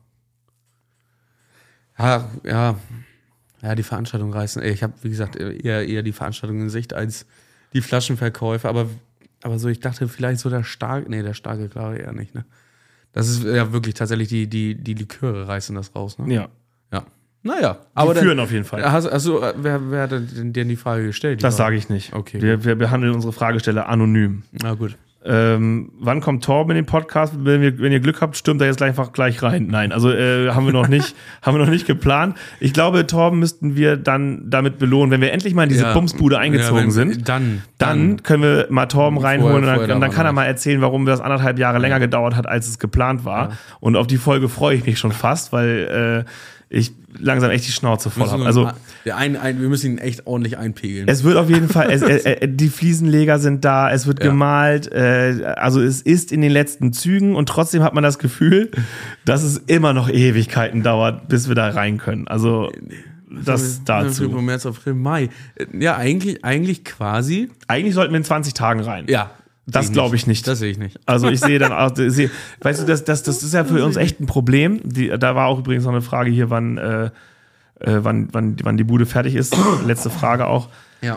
Speaker 2: Ja, ja, ja, die Veranstaltung reißen. Ich habe, wie gesagt, eher, eher die Veranstaltung in Sicht als die Flaschenverkäufe. Aber, aber so, ich dachte vielleicht so der starke, nee, der starke, klar, eher nicht, ne? Das ist ja wirklich tatsächlich die, die, die Liköre reißen das raus, ne?
Speaker 1: Ja.
Speaker 2: Ja. Naja,
Speaker 1: Die
Speaker 2: aber
Speaker 1: führen
Speaker 2: dann,
Speaker 1: auf jeden Fall.
Speaker 2: hast, also, wer, wer hat denn dir die Frage gestellt? Die
Speaker 1: Das
Speaker 2: Frage?
Speaker 1: sage ich nicht.
Speaker 2: Okay.
Speaker 1: Wir, wir behandeln unsere Fragesteller anonym.
Speaker 2: Na gut.
Speaker 1: Ähm, wann kommt Torben in den Podcast? Wenn, wir, wenn ihr Glück habt, stürmt er jetzt gleich einfach gleich rein. Nein, also äh, haben wir noch nicht, haben wir noch nicht geplant. Ich glaube, Torben müssten wir dann damit belohnen, wenn wir endlich mal in diese
Speaker 2: Ja.
Speaker 1: Bumsbude eingezogen
Speaker 2: Ja, wenn-
Speaker 1: sind.
Speaker 2: Dann,
Speaker 1: dann können wir mal Torben
Speaker 2: Vorher-
Speaker 1: reinholen und dann,
Speaker 2: vorher
Speaker 1: und dann
Speaker 2: da
Speaker 1: kann er
Speaker 2: war
Speaker 1: mal erzählen, warum das anderthalb Jahre länger gedauert hat, als es geplant war.
Speaker 2: Ja.
Speaker 1: Und auf die Folge freue ich mich schon fast, weil äh, ich langsam echt die Schnauze voll habe. Also
Speaker 2: wir, ein, ein, wir müssen ihn echt ordentlich einpegeln.
Speaker 1: es wird auf jeden Fall, es, äh, äh, die Fliesenleger sind da, es wird
Speaker 2: Ja.
Speaker 1: gemalt, äh, also es ist in den letzten Zügen und trotzdem hat man das Gefühl, dass es immer noch Ewigkeiten dauert, bis wir da rein können. Also das dazu.
Speaker 2: Februar, März, April, Mai. Ja, eigentlich, eigentlich quasi.
Speaker 1: Eigentlich sollten wir in zwanzig Tagen rein.
Speaker 2: Ja.
Speaker 1: Das
Speaker 2: sehe
Speaker 1: glaube ich nicht.
Speaker 2: Das sehe ich nicht.
Speaker 1: Also ich sehe dann auch, sehe, weißt du, das, das, das ist ja für uns echt ein Problem. Die, da war auch übrigens noch eine Frage hier, wann, äh, äh, wann, wann, wann die Bude fertig ist. Letzte Frage auch.
Speaker 2: Ja.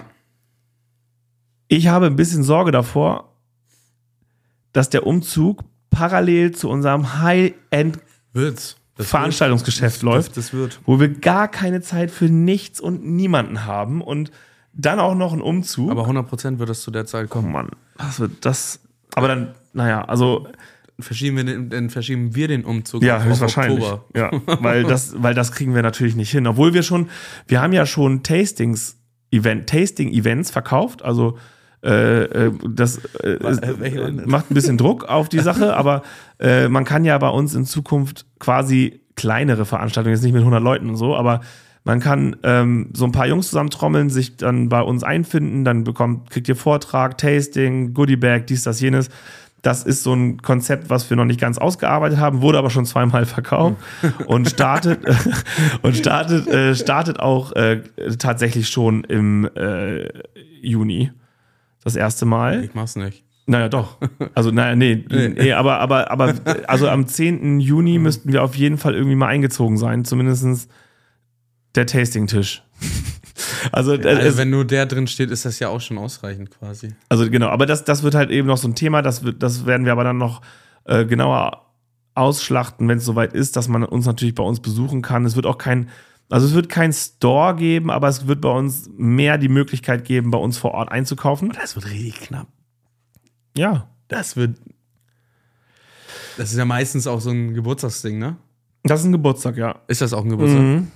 Speaker 1: Ich habe ein bisschen Sorge davor, dass der Umzug parallel zu unserem High-End
Speaker 2: Wird's. Das
Speaker 1: Veranstaltungsgeschäft
Speaker 2: wird.
Speaker 1: läuft,
Speaker 2: Das, das wird.
Speaker 1: wo wir gar keine Zeit für nichts und niemanden haben und dann auch noch ein Umzug.
Speaker 2: Aber hundert Prozent wird es zu der Zeit
Speaker 1: oh
Speaker 2: kommen.
Speaker 1: Mann, das wird das. Aber dann, naja, also
Speaker 2: Verschieben wir den, dann verschieben wir den Umzug
Speaker 1: ja,
Speaker 2: auf, auf
Speaker 1: höchstwahrscheinlich.
Speaker 2: Oktober.
Speaker 1: Ja, weil das, weil das kriegen wir natürlich nicht hin. Obwohl wir schon, wir haben ja schon Tastings, Event, Tasting-Events verkauft. Also äh, äh, das äh,
Speaker 2: welche waren
Speaker 1: äh,
Speaker 2: das?
Speaker 1: macht ein bisschen Druck auf die Sache, aber äh, man kann ja bei uns in Zukunft quasi kleinere Veranstaltungen, jetzt nicht mit hundert Leuten und so, aber man kann ähm, so ein paar Jungs zusammentrommeln, sich dann bei uns einfinden, dann bekommt, kriegt ihr Vortrag, Tasting, Goodiebag, dies, das, jenes. Das ist so ein Konzept, was wir noch nicht ganz ausgearbeitet haben, wurde aber schon zweimal verkauft und startet und startet äh, startet auch äh, tatsächlich schon im äh, Juni das erste Mal.
Speaker 2: Ich mach's nicht.
Speaker 1: Naja, doch. Also, naja, nee, nee aber, aber, aber, also am zehnten Juni müssten wir auf jeden Fall irgendwie mal eingezogen sein, zumindest der Tasting-Tisch. Also,
Speaker 2: Also
Speaker 1: es,
Speaker 2: wenn nur der drin steht, ist das ja auch schon ausreichend quasi.
Speaker 1: also genau, aber das, das wird halt eben noch so ein Thema, das, wird, das werden wir aber dann noch äh, genauer ausschlachten, wenn es soweit ist, dass man uns natürlich bei uns besuchen kann. Es wird auch kein, also es wird kein Store geben, aber es wird bei uns mehr die Möglichkeit geben, bei uns vor Ort einzukaufen.
Speaker 2: Das wird richtig knapp.
Speaker 1: Ja.
Speaker 2: Das wird. Das ist ja meistens auch so ein Geburtstagsding, ne?
Speaker 1: Das ist ein Geburtstag, ja.
Speaker 2: Ist das auch ein Geburtstag?
Speaker 1: Mhm.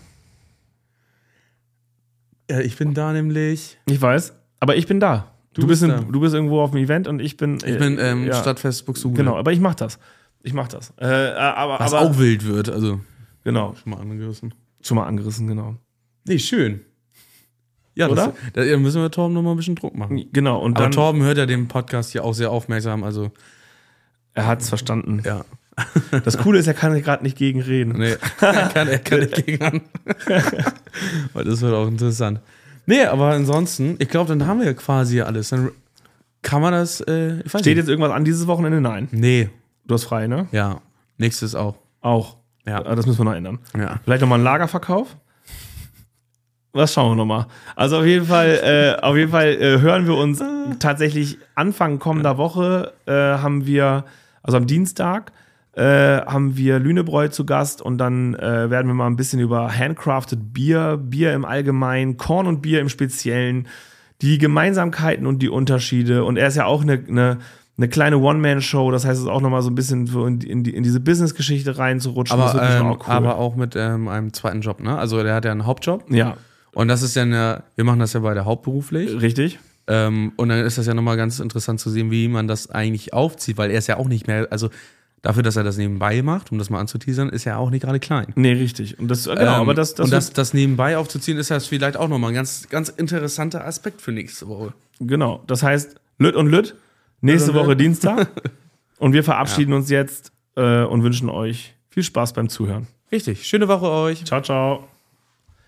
Speaker 2: Ja, ich bin da nämlich.
Speaker 1: Ich weiß, aber ich bin da. Du,
Speaker 2: Du
Speaker 1: bist,
Speaker 2: bist
Speaker 1: in,
Speaker 2: da.
Speaker 1: du bist irgendwo auf dem Event und ich bin.
Speaker 2: Ich bin ähm,
Speaker 1: ja.
Speaker 2: Stadtfest Buxtehude.
Speaker 1: Genau, aber ich mach das. Ich mach das. Äh, aber,
Speaker 2: Was
Speaker 1: aber
Speaker 2: auch wild wird, also
Speaker 1: genau,
Speaker 2: schon mal angerissen.
Speaker 1: schon mal angerissen, genau.
Speaker 2: Nee, schön. Ja,
Speaker 1: Oder?
Speaker 2: Das, da müssen wir Torben noch mal ein bisschen Druck machen.
Speaker 1: Genau, und
Speaker 2: Aber
Speaker 1: dann.
Speaker 2: Torben hört ja den Podcast hier auch sehr aufmerksam, also
Speaker 1: Er hat's verstanden.
Speaker 2: ja.
Speaker 1: Das Coole ist, er kann gerade nicht gegen reden.
Speaker 2: Nee, er kann, er kann nicht gegen an. Weil das wird auch interessant. Nee, aber ansonsten, ich glaube, dann haben wir ja quasi alles. Dann kann man das, äh, ich weiß
Speaker 1: Steht
Speaker 2: nicht.
Speaker 1: jetzt irgendwas an dieses Wochenende? Nein.
Speaker 2: Nee,
Speaker 1: Du hast frei, ne?
Speaker 2: ja. Nächstes auch.
Speaker 1: Auch.
Speaker 2: Ja.
Speaker 1: Das müssen wir noch ändern.
Speaker 2: Ja.
Speaker 1: Vielleicht nochmal einen Lagerverkauf? Was schauen wir nochmal. Also auf jeden Fall, äh, auf jeden Fall äh, hören wir uns tatsächlich Anfang kommender Woche äh, haben wir, also am Dienstag, äh, haben wir Lünebräu zu Gast und dann äh, werden wir mal ein bisschen über handcrafted Bier, Bier im Allgemeinen, Korn und Bier im Speziellen, die Gemeinsamkeiten und die Unterschiede. Und er ist ja auch eine, eine, eine kleine One-Man-Show, das heißt, es ist auch nochmal so ein bisschen so in, in, die, in diese Business-Geschichte reinzurutschen.
Speaker 2: Aber,
Speaker 1: das wird bestimmt
Speaker 2: ähm,
Speaker 1: auch cool.
Speaker 2: aber auch mit ähm, einem zweiten Job, ne? Also der hat ja einen Hauptjob.
Speaker 1: Ja,
Speaker 2: Und das ist ja eine, wir machen das ja beide hauptberuflich.
Speaker 1: richtig.
Speaker 2: Ähm, und dann ist das ja nochmal ganz interessant zu sehen, wie man das eigentlich aufzieht, weil er ist ja auch nicht mehr, also dafür, dass er das nebenbei macht, um das mal anzuteasern, ist er auch nicht gerade klein.
Speaker 1: Nee, richtig. Und das, genau,
Speaker 2: Ähm,
Speaker 1: aber das, das,
Speaker 2: und das,
Speaker 1: wird-
Speaker 2: das nebenbei aufzuziehen, ist ja vielleicht auch nochmal ein ganz, ganz interessanter Aspekt für nächste Woche.
Speaker 1: genau. Das heißt, Lütt und Lütt, nächste
Speaker 2: Lütt und
Speaker 1: Woche
Speaker 2: Lütt.
Speaker 1: Dienstag. Und wir verabschieden uns jetzt äh, und wünschen euch viel Spaß beim Zuhören.
Speaker 2: Richtig. Schöne Woche euch.
Speaker 1: Ciao, ciao.